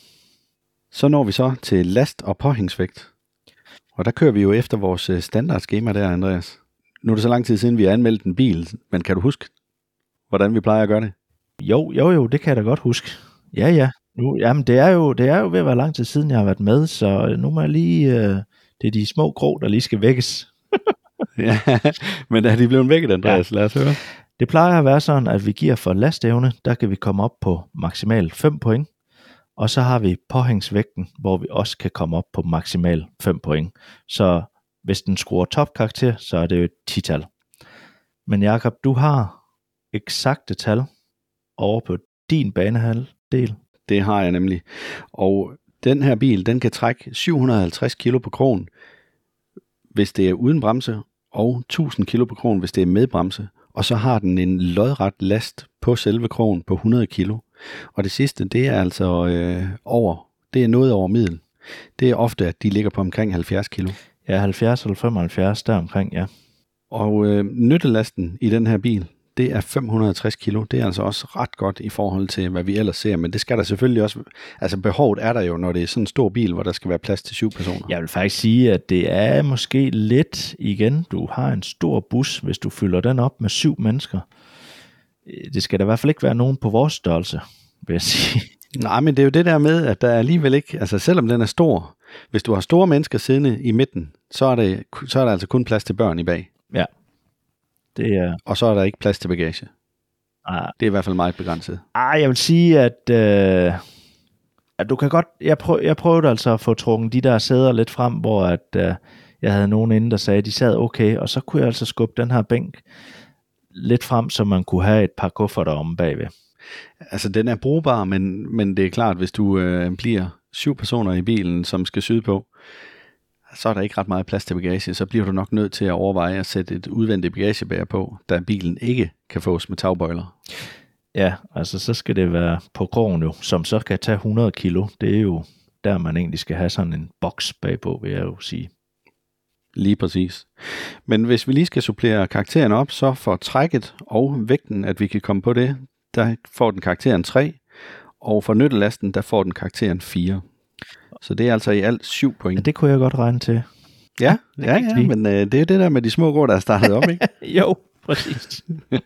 Så når vi så til last og påhængsvægt. Og der kører vi jo efter vores standardskema der, Andreas. Nu er det så lang tid siden, vi har anmeldt en bil, men kan du huske, hvordan vi plejer at gøre det? Jo, jo, jo, det kan jeg da godt huske. Ja, ja. Nu, jamen, det er, jo, det er jo ved at være lang tid siden, jeg har været med, så nu må jeg lige... Øh, det er de små grå, der lige skal vækkes. Ja, men er de blevet vækket, Andreas? Ja. Lad os høre. Det plejer at være sådan, at vi giver for lastevne, der kan vi komme op på maksimalt fem point. Og så har vi påhængsvægten, hvor vi også kan komme op på maksimalt fem point. Så hvis den skruer topkarakter, så er det jo et ti-tal. Men Jakob, du har eksakte tal over på din banehalvdel. Det har jeg nemlig. Og den her bil, den kan trække syv hundrede og halvtreds kilo på krogen, hvis det er uden bremse, og tusind kilo på krogen, hvis det er med bremse. Og så har den en lodret last på selve krogen på hundrede kilo. Og det sidste, det er altså øh, over, det er noget over middel. Det er ofte, at de ligger på omkring halvfjerds kilo. Ja, halvfjerds eller femoghalvfjerds deromkring, ja. Og øh, nyttelasten i den her bil, det er fem hundrede og tres kilo. Det er altså også ret godt i forhold til, hvad vi ellers ser. Men det skal der selvfølgelig også... Altså behovet er der jo, når det er sådan en stor bil, hvor der skal være plads til syv personer. Jeg vil faktisk sige, at det er måske lidt igen. Du har en stor bus, hvis du fylder den op med syv mennesker. Det skal der i hvert fald ikke være nogen på vores størrelse, vil jeg sige. Nej, men det er jo det der med, at der alligevel ikke... Altså selvom den er stor, hvis du har store mennesker siddende i midten, så er, det, så er der altså kun plads til børn i bag. Ja. Det er... Og så er der ikke plads til bagage. Ah. Det er i hvert fald meget begrænset. Ah, jeg vil sige, at, øh, at du kan godt... Jeg, prøv, jeg prøvede altså at få trukket de der sæder lidt frem, hvor at, øh, jeg havde nogen inde, der sagde, at de sad okay, og så kunne jeg altså skubbe den her bænk lidt frem, så man kunne have et par kufferter om bagved. Altså, den er brugbar, men, men det er klart, hvis du øh, bliver syv personer i bilen, som skal syde på, så er der ikke ret meget plads til bagage, så bliver du nok nødt til at overveje at sætte et udvendigt bagagebærer på, da bilen ikke kan fås med tagbøjler. Ja, altså så skal det være på krogen jo, som så kan tage hundrede kilo. Det er jo der, man egentlig skal have sådan en boks bagpå, vil jeg jo sige. Lige præcis. Men hvis vi lige skal supplere karakteren op, så for trækket og vægten, at vi kan komme på det, der får den karakteren tre, og for nyttelasten, der får den karakteren fire. Så det er altså i alt syv point. Ja, det kunne jeg godt regne til. Ja, ja, ja, men øh, det er det der med de små grå, der er startet op, ikke? Jo, præcis.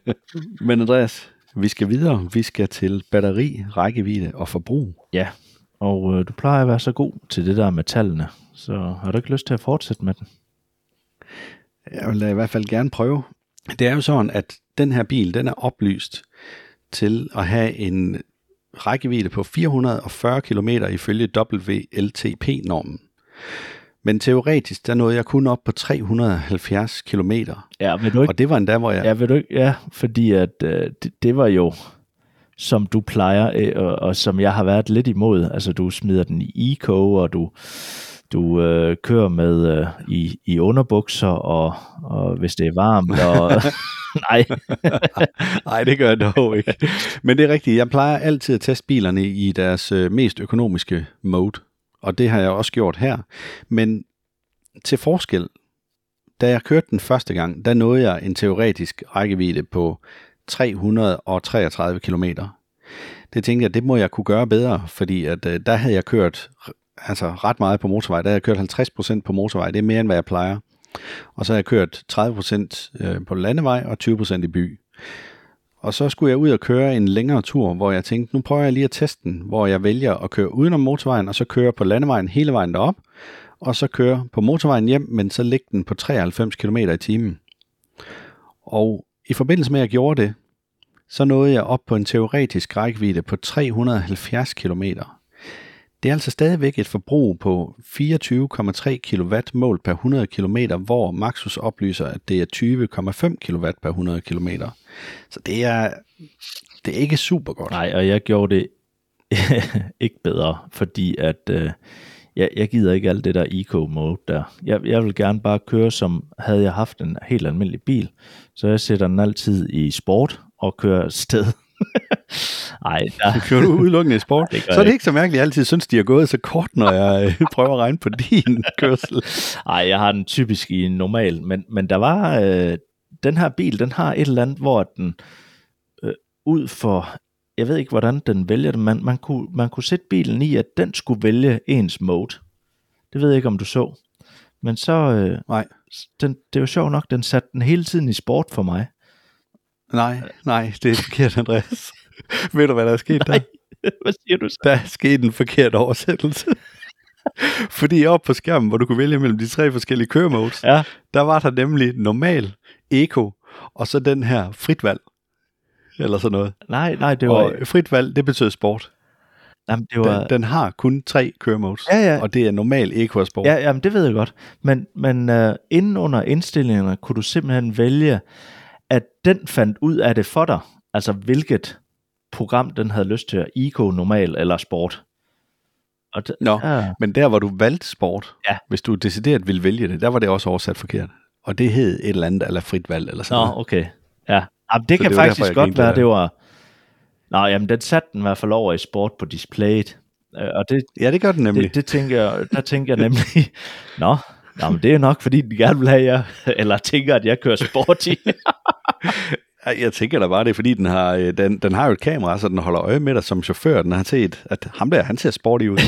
Men Andreas, vi skal videre. Vi skal til batteri, rækkevidde og forbrug. Ja, og øh, du plejer at være så god til det der med tallene, så har du ikke lyst til at fortsætte med den? Jeg vil i hvert fald gerne prøve. Det er jo sådan, at den her bil, den er oplyst til at have en rækkevidde på fire hundrede og fyrre kilometer ifølge W L T P-normen. Men teoretisk, der nåede jeg kun op på tre hundrede og halvfjerds kilometer. Ja, vil du ikke? Og det var endda, hvor jeg... Ja, vil du ikke? Ja, fordi at øh, det, det var jo, som du plejer, øh, og, og som jeg har været lidt imod. Altså, du smider den i eco, og du, du øh, kører med øh, i, i underbukser, og, og hvis det er varmt, og... Nej. Nej, det gør jeg dog ikke. Men det er rigtigt. Jeg plejer altid at teste bilerne i deres øh, mest økonomiske mode. Og det har jeg også gjort her. Men til forskel, da jeg kørte den første gang, der nåede jeg en teoretisk rækkevidde på tre hundrede og treogtredive kilometer. Det tænkte jeg, det må jeg kunne gøre bedre, fordi at, øh, der havde jeg kørt altså ret meget på motorvej. Der har jeg kørt halvtreds procent på motorvej. Det er mere, end hvad jeg plejer. Og så har jeg kørt tredive procent på landevej og tyve procent i by. Og så skulle jeg ud og køre en længere tur, hvor jeg tænkte, nu prøver jeg lige at teste den, hvor jeg vælger at køre udenom motorvejen, og så køre på landevejen hele vejen derop, og så køre på motorvejen hjem, men så lægge den på treoghalvfems kilometer i timen. Og i forbindelse med, at jeg gjorde det, så nåede jeg op på en teoretisk rækkevidde på tre hundrede og halvfjerds kilometer. Det er altså stadigvæk et forbrug på fireogtyve komma tre kilowatt målt per hundrede kilometer, hvor Maxus oplyser, at det er tyve komma fem kilowatt per hundrede kilometer. Så det er, det er ikke super godt. Nej, og jeg gjorde det ikke bedre, fordi at øh, jeg, jeg gider ikke alt det der eco-mode der. Jeg, jeg vil gerne bare køre, som havde jeg haft en helt almindelig bil, så jeg sætter den altid i sport og kører sted. Ej, der... Du kører du udelukkende i sport, det så er det ikke så mærkeligt, at jeg altid synes, de har gået så kort, når jeg prøver at regne på din kørsel. Ej, jeg har den typisk i normal, men, men der var, øh, den her bil, den har et eller andet, hvor den øh, ud for, jeg ved ikke, hvordan den vælger det, man, man, kunne, man kunne sætte bilen i, at den skulle vælge ens mode. Det ved jeg ikke, om du så. Men så, øh, nej. Den, det var sjovt nok, den satte den hele tiden i sport for mig. Nej, nej, det er forkert, Andreas. Ved du, hvad der er sket nej. der? Hvad siger du så? Der er sket en forkert oversættelse. Fordi oppe på skærmen, hvor du kunne vælge mellem de tre forskellige køremodes, ja. der var der nemlig normal, eco, og så den her fritvalg. Eller sådan noget. Nej, nej, det var... Og fritvalg, det betyder sport. Jamen, det var... den, den har kun tre køremodes, ja, ja. Og det er normal, eco og sport. Ja, jamen, det ved jeg godt. Men, men uh, inden under indstillingerne kunne du simpelthen vælge, at den fandt ud af det for dig. Altså, hvilket program den havde lyst til. Eco, normal eller sport. Og d- Nå, ja. Men der, hvor du valgte sport, ja. Hvis du decideret ville vælge det, der var det også oversat forkert. Og det hed et eller andet, eller frit valg, eller sådan Nå, noget. okay. Ja, jamen, det så kan det faktisk derfor, godt være, det var... Nå, jamen, den satte den i hvert fald over i sport på displayet. Og det, ja, det gør den nemlig. Det, det tænker jeg, der tænker jeg nemlig, nå, nå, men det er nok, fordi de gerne vil have jer, eller tænker, at jeg kører sport i. Jeg tænker da bare, det er fordi, den har, den, den har jo et kamera, så den holder øje med dig som chauffør. Den har set, at ham der, han ser sporty ud.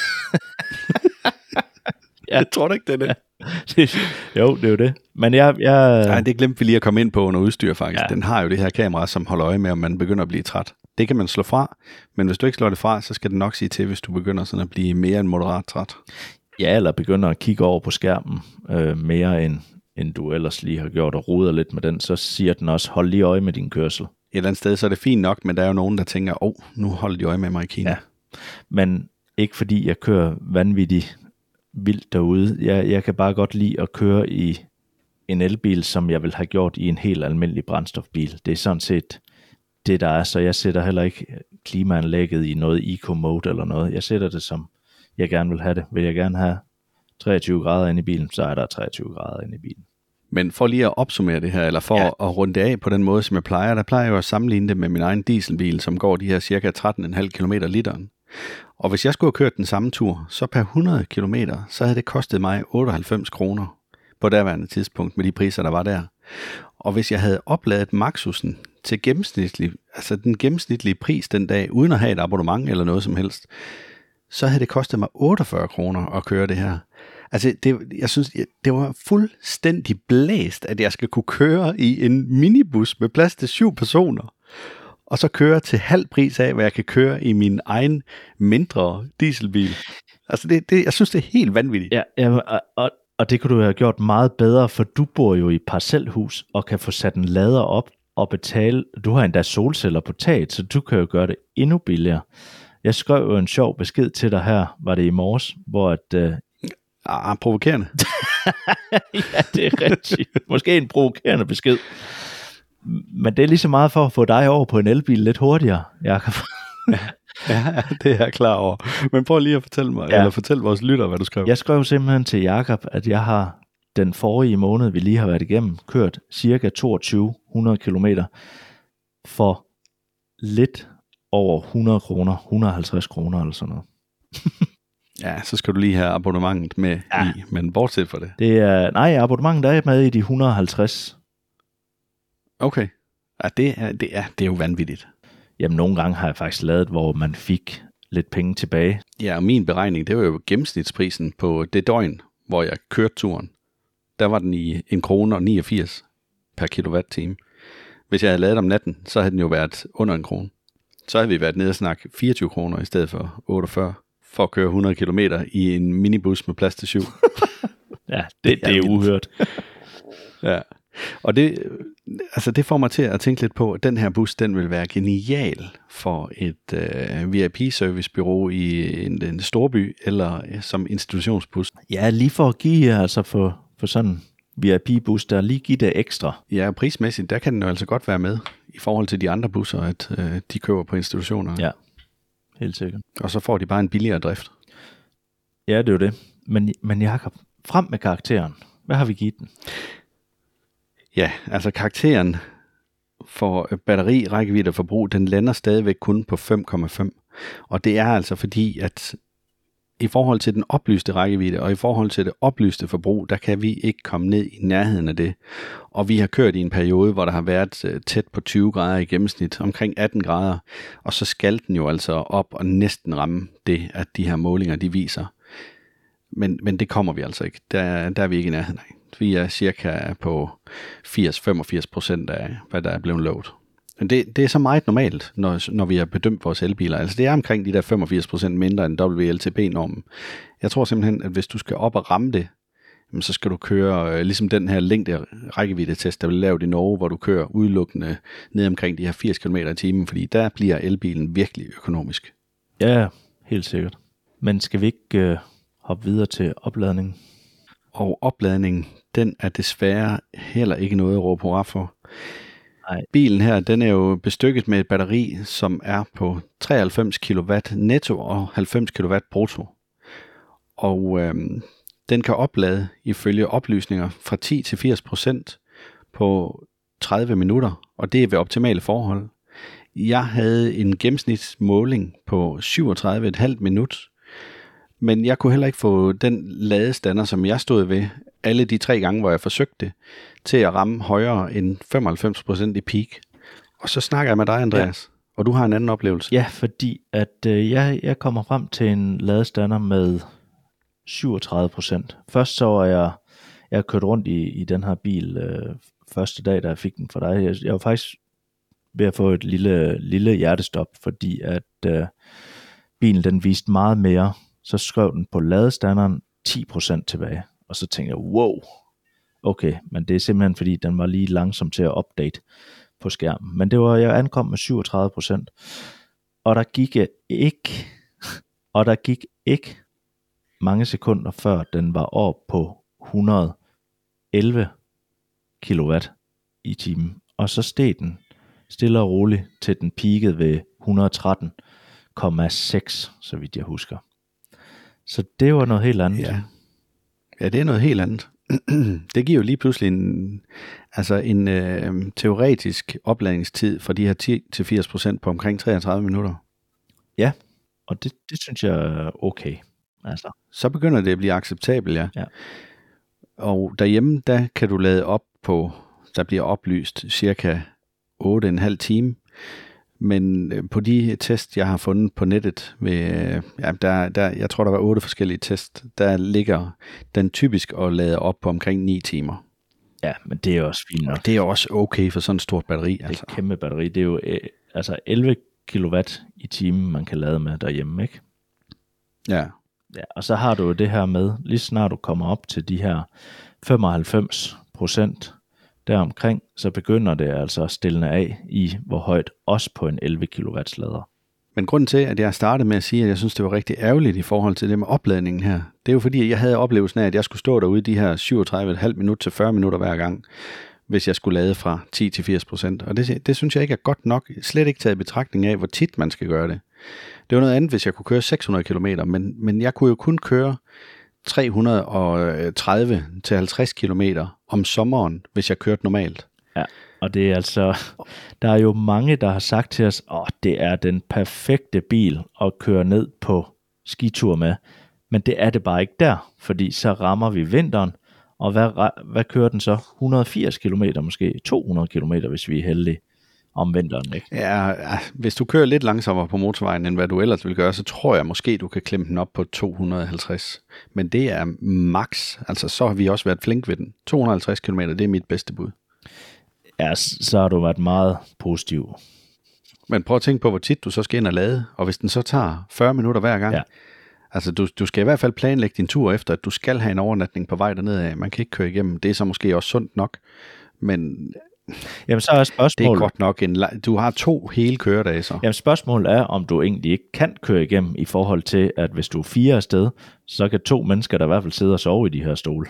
Ja. Jeg tror da ikke, det er det. Jo, det er jo det. Men jeg... jeg... Nej, det glemte vi lige at komme ind på under udstyr, faktisk. Ja. Den har jo det her kamera, som holder øje med, om man begynder at blive træt. Det kan man slå fra, men hvis du ikke slår det fra, så skal den nok sige til, hvis du begynder sådan at blive mere end moderat træt. Ja, eller begynder at kigge over på skærmen øh, mere end, end du ellers lige har gjort, og ruder lidt med den, så siger den også, hold lige øje med din kørsel. Et eller andet sted, så er det fint nok, men der er jo nogen, der tænker, åh, oh, nu holder de øje med mig i Kina. Ja, men ikke fordi jeg kører vanvittigt vildt derude. Jeg, jeg kan bare godt lide at køre i en elbil, som jeg vil have gjort i en helt almindelig brændstofbil. Det er sådan set det, der er, så jeg sætter heller ikke klimaanlægget i noget eco-mode eller noget. Jeg sætter det, som jeg gerne vil have det. Vil jeg gerne have treogtyve grader inde i bilen, så er der treogtyve grader inde i bilen. Men for lige at opsummere det her, eller for ja. at runde det af på den måde, som jeg plejer, der plejer jeg jo at sammenligne det med min egen dieselbil, som går de her cirka tretten komma fem kilometer literen. Og hvis jeg skulle have kørt den samme tur, så per hundrede kilometer, så havde det kostet mig otteoghalvfems kroner på derværende tidspunkt med de priser, der var der. Og hvis jeg havde opladet Maxusen til gennemsnitlig, altså den gennemsnitlige pris den dag, uden at have et abonnement eller noget som helst, så havde det kostet mig otteogfyrre kroner at køre det her. Altså, det, jeg synes, det var fuldstændig blæst, at jeg skal kunne køre i en minibus med plads til syv personer, og så køre til halv pris af, hvad jeg kan køre i min egen mindre dieselbil. Altså, det, det, jeg synes, det er helt vanvittigt. Ja, ja og, og det kunne du have gjort meget bedre, for du bor jo i et parcelhus, og kan få sat en lader op og betale. Du har endda solceller på taget, så du kan jo gøre det endnu billigere. Jeg skrev jo en sjov besked til dig her, var det i morges, hvor at... Øh... Ah, provokerende. Ja, det er rigtigt. Måske en provokerende besked. Men det er lige så meget for at få dig over på en elbil lidt hurtigere, Jakob. Ja, det er jeg klar over. Men prøv lige at fortælle mig, ja. eller fortælle vores lytter, hvad du skrev. Jeg skrev simpelthen til Jakob, at jeg har den forrige måned, vi lige har været igennem, kørt cirka toogtyve hundrede kilometer for lidt over hundrede kroner, et hundrede og halvtreds kroner eller sådan noget. Ja, så skal du lige have abonnementet med ja. i, men bortset for det. Det er, nej, abonnementet er med i de et hundrede og halvtreds. Okay. Ja, det er, det er, det er jo vanvittigt. Jamen, nogle gange har jeg faktisk lavet, hvor man fik lidt penge tilbage. Ja, og min beregning, det var jo gennemsnitsprisen på det døgn, hvor jeg kørte turen. Der var den i en krone og niogfirs per kilowatt-time. Hvis jeg havde lavet om natten, så havde den jo været under en krone. Så havde vi været nede og snakke fireogtyve kroner i stedet for otteogfyrre, for at køre hundrede kilometer i en minibus med plads til syv. Ja, det, det er uhørt. Ja, og det, altså det får mig til at tænke lidt på, at den her bus, den vil være genial for et uh, V I P-servicebyrå i en, en storby, eller ja, som institutionsbus. Ja, lige for at give, altså for, for sådan V I P-bus, der lige give det ekstra. Ja, prismæssigt, der kan den jo altså godt være med, i forhold til de andre busser, at uh, de køber på institutioner. Ja, helt sikkert. Og så får de bare en billigere drift. Ja, det er jo det. Men, men Jakob, frem med karakteren. Hvad har vi givet den? Ja, altså karakteren for batteri, rækkevidde og forbrug, den lander stadigvæk kun på fem komma fem. Og det er altså fordi, at i forhold til den oplyste rækkevidde og i forhold til det oplyste forbrug, der kan vi ikke komme ned i nærheden af det. Og vi har kørt i en periode, hvor der har været tæt på tyve grader i gennemsnit, omkring atten grader, og så skal den jo altså op og næsten ramme det, at de her målinger de viser. Men, men det kommer vi altså ikke. Der, der er vi ikke i nærheden af. Vi er cirka på firs til femogfirs procent af, hvad der er blevet lovet. Men det, det er så meget normalt, når, når vi har bedømt vores elbiler. Altså det er omkring de der femogfirs procent mindre end W L T P-normen. Jeg tror simpelthen, at hvis du skal op og ramme det, så skal du køre øh, ligesom den her længde rækkevidde-test, der bliver lavet i Norge, hvor du kører udelukkende ned omkring de her firs kilometer i timen, fordi der bliver elbilen virkelig økonomisk. Ja, helt sikkert. Men skal vi ikke øh, hoppe videre til opladningen? Og opladningen, den er desværre heller ikke noget at råbe hurra for. Nej. Bilen her, den er jo bestykket med et batteri, som er på treoghalvfems kilowatt netto og halvfems kilowatt brutto. Og øhm, den kan oplade ifølge oplysninger fra ti til firs procent på tredive minutter, og det er ved optimale forhold. Jeg havde en gennemsnitsmåling på syvogtredive komma fem minut, men jeg kunne heller ikke få den ladestander, som jeg stod ved, alle de tre gange, hvor jeg forsøgte det, til at ramme højere end femoghalvfems procent i peak. Og så snakker jeg med dig, Andreas, ja. Og du har en anden oplevelse. Ja, fordi at øh, jeg, jeg kommer frem til en ladestander med syvogtredive procent. Først så var jeg, jeg kørt rundt i, i den her bil øh, første dag, da jeg fik den for dig. Jeg, jeg var faktisk ved at få et lille, lille hjertestop, fordi at øh, bilen den viste meget mere. Så skrev den på ladestanderen ti procent tilbage. Og så tænkte jeg, wow, okay, men det er simpelthen fordi, den var lige langsom til at update på skærmen. Men det var, jeg ankom med syvogtredive procent, og der gik ikke, og der gik ikke mange sekunder før den var oppe på et hundrede og elleve kilowatt i timen. Og så steg den stille og roligt til den peakede ved et hundrede og tretten komma seks, så vidt jeg husker. Så det var noget helt andet. Ja, ja det er noget helt andet. Det giver jo lige pludselig en, altså en øh, teoretisk opladningstid for de her ti til firs procent på omkring treogtredive minutter. Ja, og det, det synes jeg er okay. Altså. Så begynder det at blive acceptabelt, ja. ja. Og derhjemme, der kan du lade op på, der bliver oplyst cirka otte komma fem time. Men på de test, jeg har fundet på nettet, ved, ja, der, der, jeg tror, der var otte forskellige test, der ligger den typisk at lade op på omkring ni timer. Ja, men det er også fint nok. Og det er også okay for sådan et stort batteri. Det er altså. et kæmpe batteri. Det er jo øh, altså elleve kilowatt i timen, man kan lade med derhjemme, ikke? Ja. Ja, og så har du jo det her med, lige snart du kommer op til de her femoghalvfems procent deromkring, så begynder det altså at stille af i, hvor højt, også på en elleve kilowatt lader. Men grunden til, at jeg startede med at sige, at jeg synes, det var rigtig ærgerligt i forhold til det med opladningen her, det er jo fordi, jeg havde oplevelsen af, at jeg skulle stå derude de her syvogtredive komma fem minut til fyrre minutter hver gang, hvis jeg skulle lade fra ti til firs procent. Og det, det synes jeg ikke er godt nok, slet ikke taget i betragtning af, hvor tit man skal gøre det. Det var noget andet, hvis jeg kunne køre seks hundrede kilometer, men, men jeg kunne jo kun køre tre hundrede og tredive til halvtreds kilometer om sommeren, hvis jeg kørte normalt. Ja, og det er altså, der er jo mange, der har sagt til os, åh, det er den perfekte bil at køre ned på skitur med, men det er det bare ikke der, fordi så rammer vi vinteren, og hvad, hvad kører den så? et hundrede og firs kilometer, måske to hundrede kilometer, hvis vi er heldige. om vinteren, ikke? Ja, ja, hvis du kører lidt langsommere på motorvejen, end hvad du ellers vil gøre, så tror jeg måske, du kan klemme den op på to hundrede og halvtreds. Men det er max. Altså, så har vi også været flink ved den. to hundrede og halvtreds kilometer, det er mit bedste bud. Ja, så har du været meget positiv. Men prøv at tænke på, hvor tit du så skal ind og lade, og hvis den så tager fyrre minutter hver gang. Ja. Altså, du, du skal i hvert fald planlægge din tur efter, at du skal have en overnatning på vej derned af. Man kan ikke køre igennem. Det er så måske også sundt nok, men Jamen, så er spørgsmålet, det er godt nok en la- du har to hele køredage så. Jamen, spørgsmålet er, om du egentlig ikke kan køre igennem i forhold til, at hvis du er fire afsted, så kan to mennesker der i hvert fald sidde og sove i de her stole.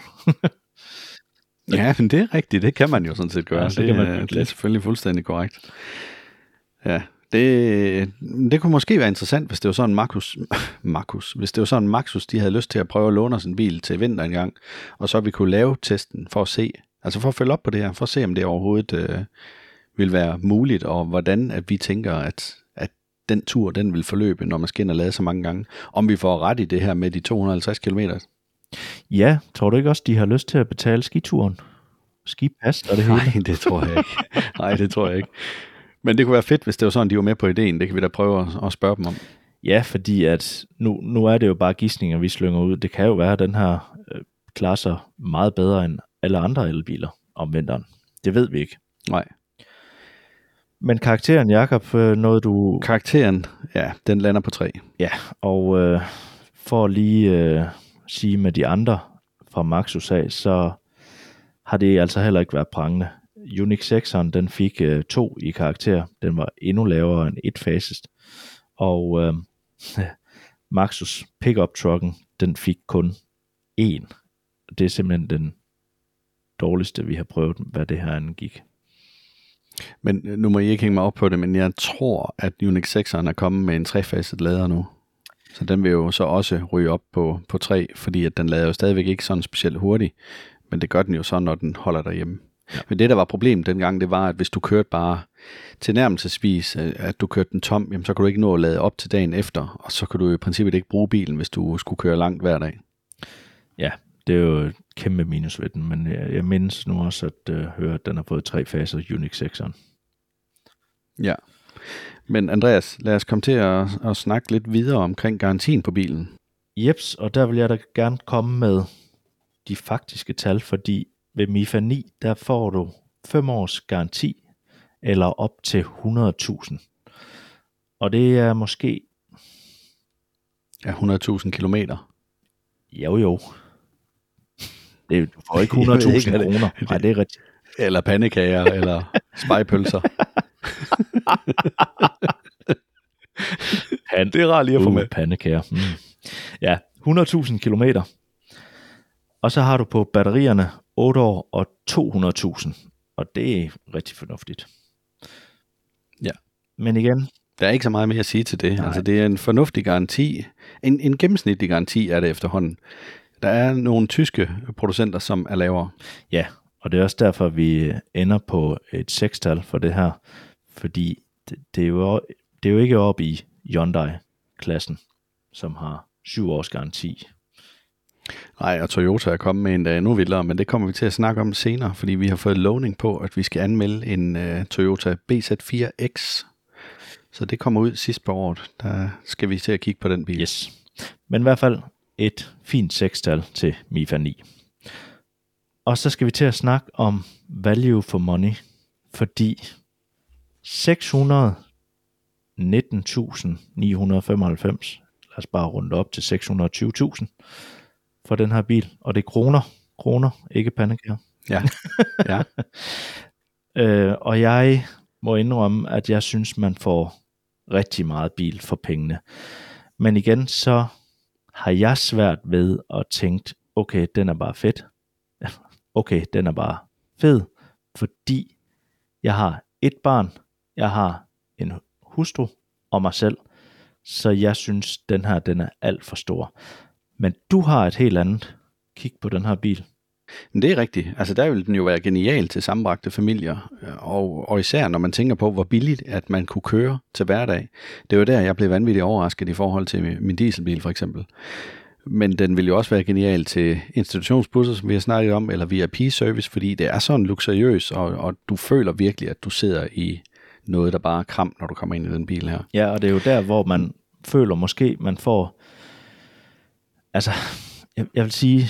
Ja, men det er rigtigt. Det kan man jo sådan set gøre. Ja, så det, kan man er, bygge det er lidt. selvfølgelig fuldstændig korrekt. Ja, det, det kunne måske være interessant, hvis det var sådan Markus, Markus, hvis det var sådan Maxus, de havde lyst til at prøve at låne os en bil til vinter en gang, og så vi kunne lave testen for at se, altså for at følge op på det her, for at se, om det overhovedet øh, vil være muligt, og hvordan at vi tænker, at, at den tur, den vil forløbe, når man skal ind og lade så mange gange. Om vi får ret i det her med de to hundrede og halvtreds kilometer. Ja, tror du ikke også, de har lyst til at betale skituren? Skipas og det hele? Nej, det tror jeg ikke. Nej, det tror jeg ikke. Men det kunne være fedt, hvis det var sådan, de var med på ideen. Det kan vi da prøve at, at spørge dem om. Ja, fordi at nu, nu er det jo bare gidsninger, vi slynger ud. Det kan jo være, at den her øh, klarer sig meget bedre end alle andre elbiler om vinteren. Det ved vi ikke. Nej. Men karakteren, Jakob, øh, noget du... Karakteren, ja, den lander på tre. Ja, og øh, for at lige øh, sige med de andre fra Maxus af, så har det altså heller ikke været prangende. Unix sekseren, den fik øh, to i karakter. Den var endnu lavere end et fasest. Og øh, Maxus pickup trucken, den fik kun en. Det er simpelthen den dårligste, vi har prøvet, hvad det her angik. Men nu må I ikke hænge mig op på det, men jeg tror, at Unix sekseren er kommet med en trefaset lader nu. Så den vil jo så også ryge op på, på tre, fordi at den lader jo stadigvæk ikke sådan specielt hurtigt. Men det gør den jo så, når den holder derhjemme. Ja. Men det, der var problemet dengang, det var, at hvis du kørte bare tilnærmelsesvis, at du kørte den tom, jamen, så kan du ikke nå at lade op til dagen efter, og så kan du i princippet ikke bruge bilen, hvis du skulle køre langt hver dag. Ja, det er jo et kæmpe minus ved den, men jeg, jeg mindes nu også at uh, høre, at den har fået tre faser Unix sekseren. Ja, men Andreas, lad os komme til at, at snakke lidt videre omkring garantien på bilen. Jeps, og der vil jeg da gerne komme med de faktiske tal, fordi ved MIFA ni, der får du fem års garanti, eller op til hundrede tusind. Og det er måske... Ja, hundrede tusind kilometer. Jo jo. Det, du får ikke hundrede tusind kroner. Nej, det er rigtigt. Eller pandekager, eller spejpølser. Pan, det er rart lige at få med. Uh, pandekager. Mm. Ja, hundrede tusind kilometer. Og så har du på batterierne otte år og to hundrede tusind. Og det er rigtig fornuftigt. Ja. Men igen... Der er ikke så meget mere at sige til det. Nej. Altså, det er en fornuftig garanti. En, en gennemsnitlig garanti er det efterhånden. Der er nogle tyske producenter, som er lavere. Ja, og det er også derfor, vi ender på et sekstal for det her. Fordi det, det, er, jo, det er jo ikke oppe i Hyundai-klassen, som har syv års garanti. Nej, og Toyota er kommet med en, der er endnu vildere, men det kommer vi til at snakke om senere, fordi vi har fået lovning på, at vi skal anmelde en uh, Toyota B Z fire X. Så det kommer ud sidst på året. Der skal vi til at kigge på den bil. Yes. Men i hvert fald et fint sekstal til MIFA ni. Og så skal vi til at snakke om value for money, fordi seks hundrede og nitten tusind ni hundrede og femoghalvfems, lad os bare runde op til seks hundrede og tyve tusind for den her bil, og det er kroner, kroner, ikke pandekager. Ja, ja. øh, og jeg må indrømme, at jeg synes, man får rigtig meget bil for pengene. Men igen, så har jeg svært ved at tænke, okay, den er bare fedt. Okay, den er bare fed, fordi jeg har et barn, jeg har en hustru og mig selv, så jeg synes, den her, den er alt for stor. Men du har et helt andet kig på den her bil. Men det er rigtigt. Altså der vil den jo være genial til sammenbragte familier, og, og især når man tænker på, hvor billigt at man kunne køre til hverdag. Det var der, jeg blev vanvittigt overrasket i forhold til min dieselbil for eksempel. Men den vil jo også være genial til institutionsbusser, som vi har snakket om, eller V I P-service, fordi det er sådan luksuriøs, og, og du føler virkelig, at du sidder i noget, der bare er kram, når du kommer ind i den bil her. Ja, og det er jo der, hvor man føler måske, man får, altså, jeg, jeg vil sige,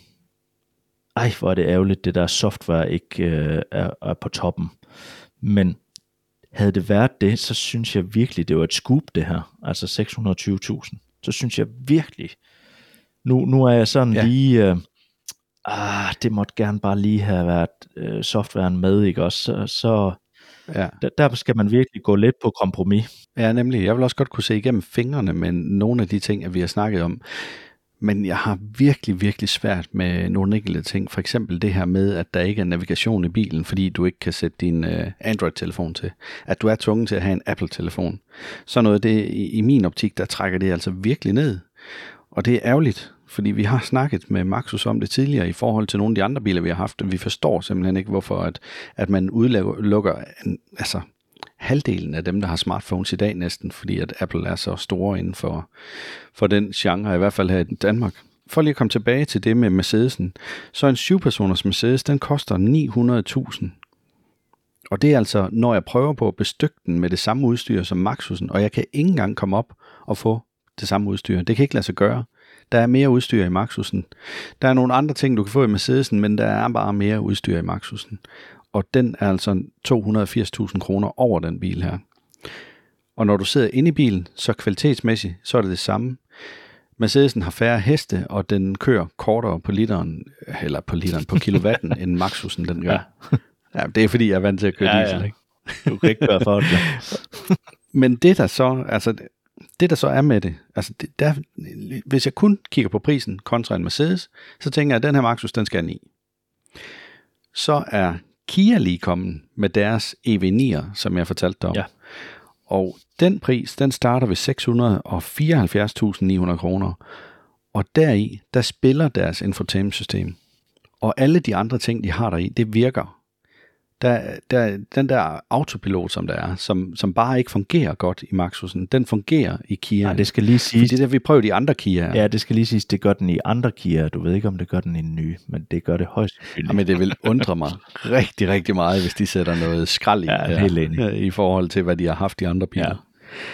ej, hvor er det ærgerligt, det der software ikke øh, er, er på toppen. Men havde det været det, så synes jeg virkelig, det var et scoop det her, altså seks hundrede og tyve tusind. Så synes jeg virkelig, nu, nu er jeg sådan ja. lige, øh, ah, det måtte gerne bare lige have været øh, softwaren med, ikke også? Så, så ja. der, der skal man virkelig gå lidt på kompromis. Ja, nemlig. Jeg vil også godt kunne se igennem fingrene med nogle af de ting, at vi har snakket om. Men jeg har virkelig, virkelig svært med nogle enkelte ting. For eksempel det her med, at der ikke er navigation i bilen, fordi du ikke kan sætte din uh, Android-telefon til. At du er tvunget til at have en Apple-telefon. Så noget af det, i, i min optik, der trækker det altså virkelig ned. Og det er ærgerligt, fordi vi har snakket med Maxus om det tidligere i forhold til nogle af de andre biler, vi har haft. Vi forstår simpelthen ikke, hvorfor at, at man udelukker en, altså, halvdelen af dem, der har smartphones i dag næsten, fordi at Apple er så store inden for, for den genre, i hvert fald her i Danmark. For lige at komme tilbage til det med Mercedesen, så en syv-personers Mercedes, den koster ni hundrede tusind. Og det er altså, når jeg prøver på at bestykke den med det samme udstyr som Maxusen, og jeg kan ikke engang komme op og få det samme udstyr. Det kan ikke lade sig gøre. Der er mere udstyr i Maxusen. Der er nogle andre ting, du kan få i Mercedesen, men der er bare mere udstyr i Maxusen. Og den er altså to hundrede og firs tusind kroner over den bil her. Og når du sidder inde i bilen, så kvalitetsmæssigt, så er det det samme. Mercedesen har færre heste, og den kører kortere på literen, eller på literen, på kilowatten, end Maxusen den gør. Ja. Ja, det er fordi, jeg er vant til at køre ja, diesel, ja. ikke? Du kan ikke gøre for det. Men det der så, altså det der så er med det, altså det, der, hvis jeg kun kigger på prisen kontra en Mercedes, så tænker jeg, at den her Maxus, den skal i. Så er Kia lige kommet med deres E V ni'er, som jeg fortalte dig om. Ja. Og den pris, den starter ved seks hundrede og fireoghalvfjerds tusind ni hundrede kroner. Og deri, der spiller deres infotainment-system. Og alle de andre ting, de har deri, det virker. Der, der, den der autopilot, som der er, som, som bare ikke fungerer godt i Maxusen, den fungerer i Kia. Nej, det skal lige siges. Fordi det der, vi prøver de andre Kia. Ja, det skal lige siges, det gør den i andre Kia. Du ved ikke, om det gør den i en ny, men det gør det højst sandsynligt. Ja, men det vil undre mig rigtig, rigtig meget, hvis de sætter noget skrald i, ja, her, helt enig. i forhold til, hvad de har haft i andre biler. Ja.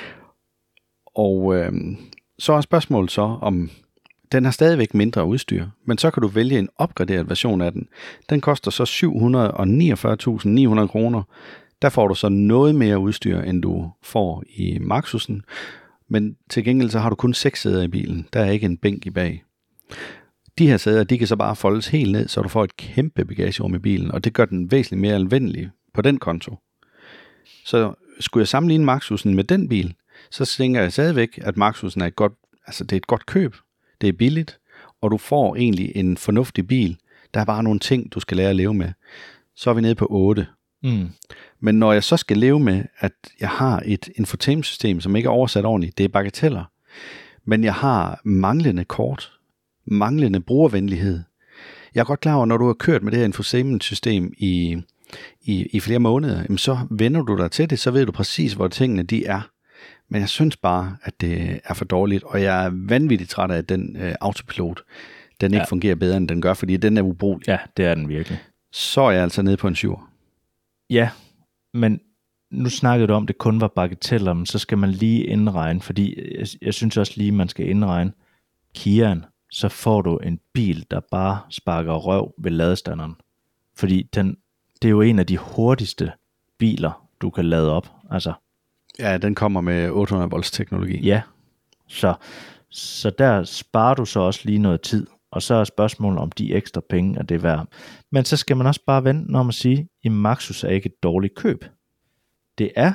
Og øh, så er spørgsmålet så, om den har stadigvæk mindre udstyr, men så kan du vælge en opgraderet version af den. Den koster så syv hundrede og niogfyrre tusind ni hundrede kroner. Der får du så noget mere udstyr, end du får i Maxusen. Men til gengæld så har du kun seks sæder i bilen. Der er ikke en bænk i bag. De her sæder, de kan så bare foldes helt ned, så du får et kæmpe bagagerum i bilen, og det gør den væsentligt mere anvendelig på den konto. Så skulle jeg sammenligne Maxusen med den bil, så tænker jeg stadigvæk, at Maxusen er et godt, altså det er et godt køb. Det er billigt, og du får egentlig en fornuftig bil. Der er bare nogle ting, du skal lære at leve med. Så er vi nede på otte. Mm. Men når jeg så skal leve med, at jeg har et infotainment-system, som ikke er oversat ordentligt, det er bagateller, men jeg har manglende kort, manglende brugervenlighed. Jeg er godt klar over, når du har kørt med det her infotainment-system i, i, i flere måneder, jamen så vender du dig til det, så ved du præcis, hvor tingene de er. Men jeg synes bare, at det er for dårligt, og jeg er vanvittigt træt af, at den øh, autopilot, den ikke ja. fungerer bedre, end den gør, fordi den er ubrugelig. Ja, det er den virkelig. Så er jeg altså nede på en syver. Ja, men nu snakkede du om, at det kun var bagateller, men så skal man lige indregne, fordi jeg, jeg synes også lige, man skal indregne Kiaen, så får du en bil, der bare sparker røv ved ladestanderen. Fordi den, det er jo en af de hurtigste biler, du kan lade op, altså. Ja, den kommer med otte hundrede volts teknologi. Ja, så, så der sparer du så også lige noget tid, og så er spørgsmålet om de ekstra penge, er det værd. Men så skal man også bare vente, når man siger, at Maxus er ikke et dårligt køb. Det er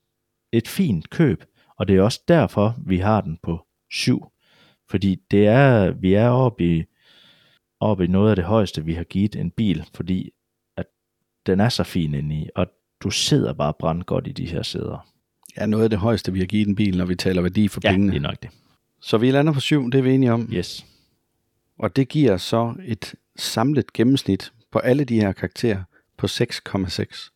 et fint køb, og det er også derfor, vi har den på syv. Fordi det er, vi er oppe i, oppe i noget af det højeste, vi har givet en bil, fordi at den er så fin inde i, og du sidder bare brandgodt i de her sæder. Ja, noget af det højeste, vi har givet en bil, når vi taler værdi for ja, pengene. Ja, det er nok det. Så vi lander på syv, det er vi enige om. Yes. Og det giver så et samlet gennemsnit på alle de her karakterer på seks komma seks.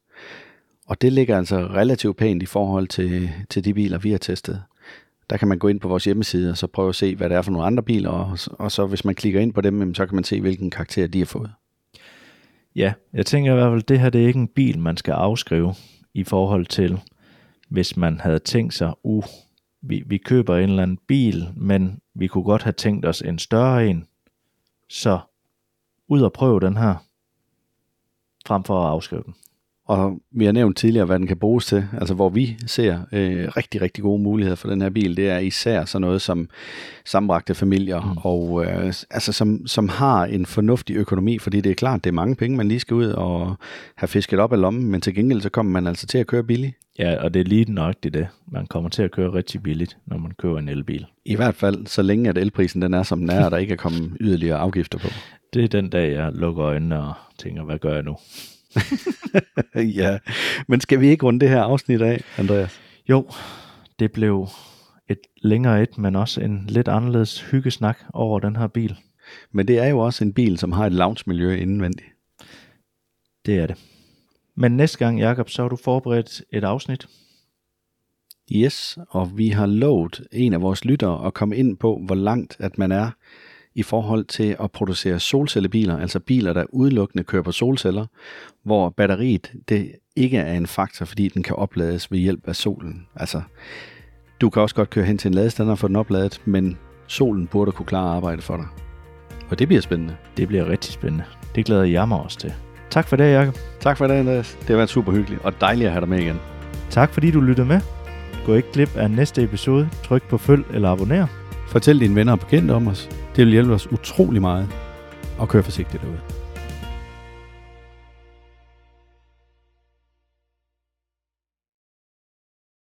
Og det ligger altså relativt pænt i forhold til, til de biler, vi har testet. Der kan man gå ind på vores hjemmeside og så prøve at se, hvad det er for nogle andre biler, og, og så hvis man klikker ind på dem, så kan man se, hvilken karakter de har fået. Ja, jeg tænker i hvert fald, at det her det er ikke en bil, man skal afskrive i forhold til hvis man havde tænkt sig, uh, vi, vi køber en eller anden bil, men vi kunne godt have tænkt os en større en, så ud og prøve den her, frem for at afskrive den. Og vi har nævnt tidligere, hvad den kan bruges til. Altså hvor vi ser øh, rigtig, rigtig gode muligheder for den her bil, det er især sådan noget som sammenbragte familier, mm. og øh, altså som, som har en fornuftig økonomi, fordi det er klart, det er mange penge, man lige skal ud og have fisket op af lommen, men til gengæld så kommer man altså til at køre billigt. Ja, og det er lige nøjagtigt det. Man kommer til at køre rigtig billigt, når man køber en elbil. I hvert fald, så længe at elprisen den er, som den er, og der ikke er kommet yderligere afgifter på. Det er den dag, jeg lukker øjnene og tænker, hvad gør jeg nu? Ja, men skal vi ikke runde det her afsnit af, Andreas? Jo, det blev et længere et, men også en lidt anderledes hyggesnak over den her bil. Men det er jo også en bil, som har et lounge-miljø indvendigt. Det er det. Men næste gang, Jakob, så har du forberedt et afsnit. Yes, og vi har lovet en af vores lyttere at komme ind på, hvor langt at man er i forhold til at producere solcellebiler, altså biler, der udelukkende kører på solceller, hvor batteriet det ikke er en faktor, fordi den kan oplades ved hjælp af solen. Altså, du kan også godt køre hen til en ladestander for den opladet, men solen burde kunne klare arbejdet for dig. Og det bliver spændende. Det bliver rigtig spændende. Det glæder jeg mig også til. Tak for det, Jakob. Tak for det, Andreas. Det har været super hyggeligt og dejligt at have dig med igen. Tak fordi du lyttede med. Gå ikke glip af næste episode. Tryk på følg eller abonner. Fortæl dine venner og bekendte om os. Det vil hjælpe os utrolig meget. Og kør forsigtigt derude.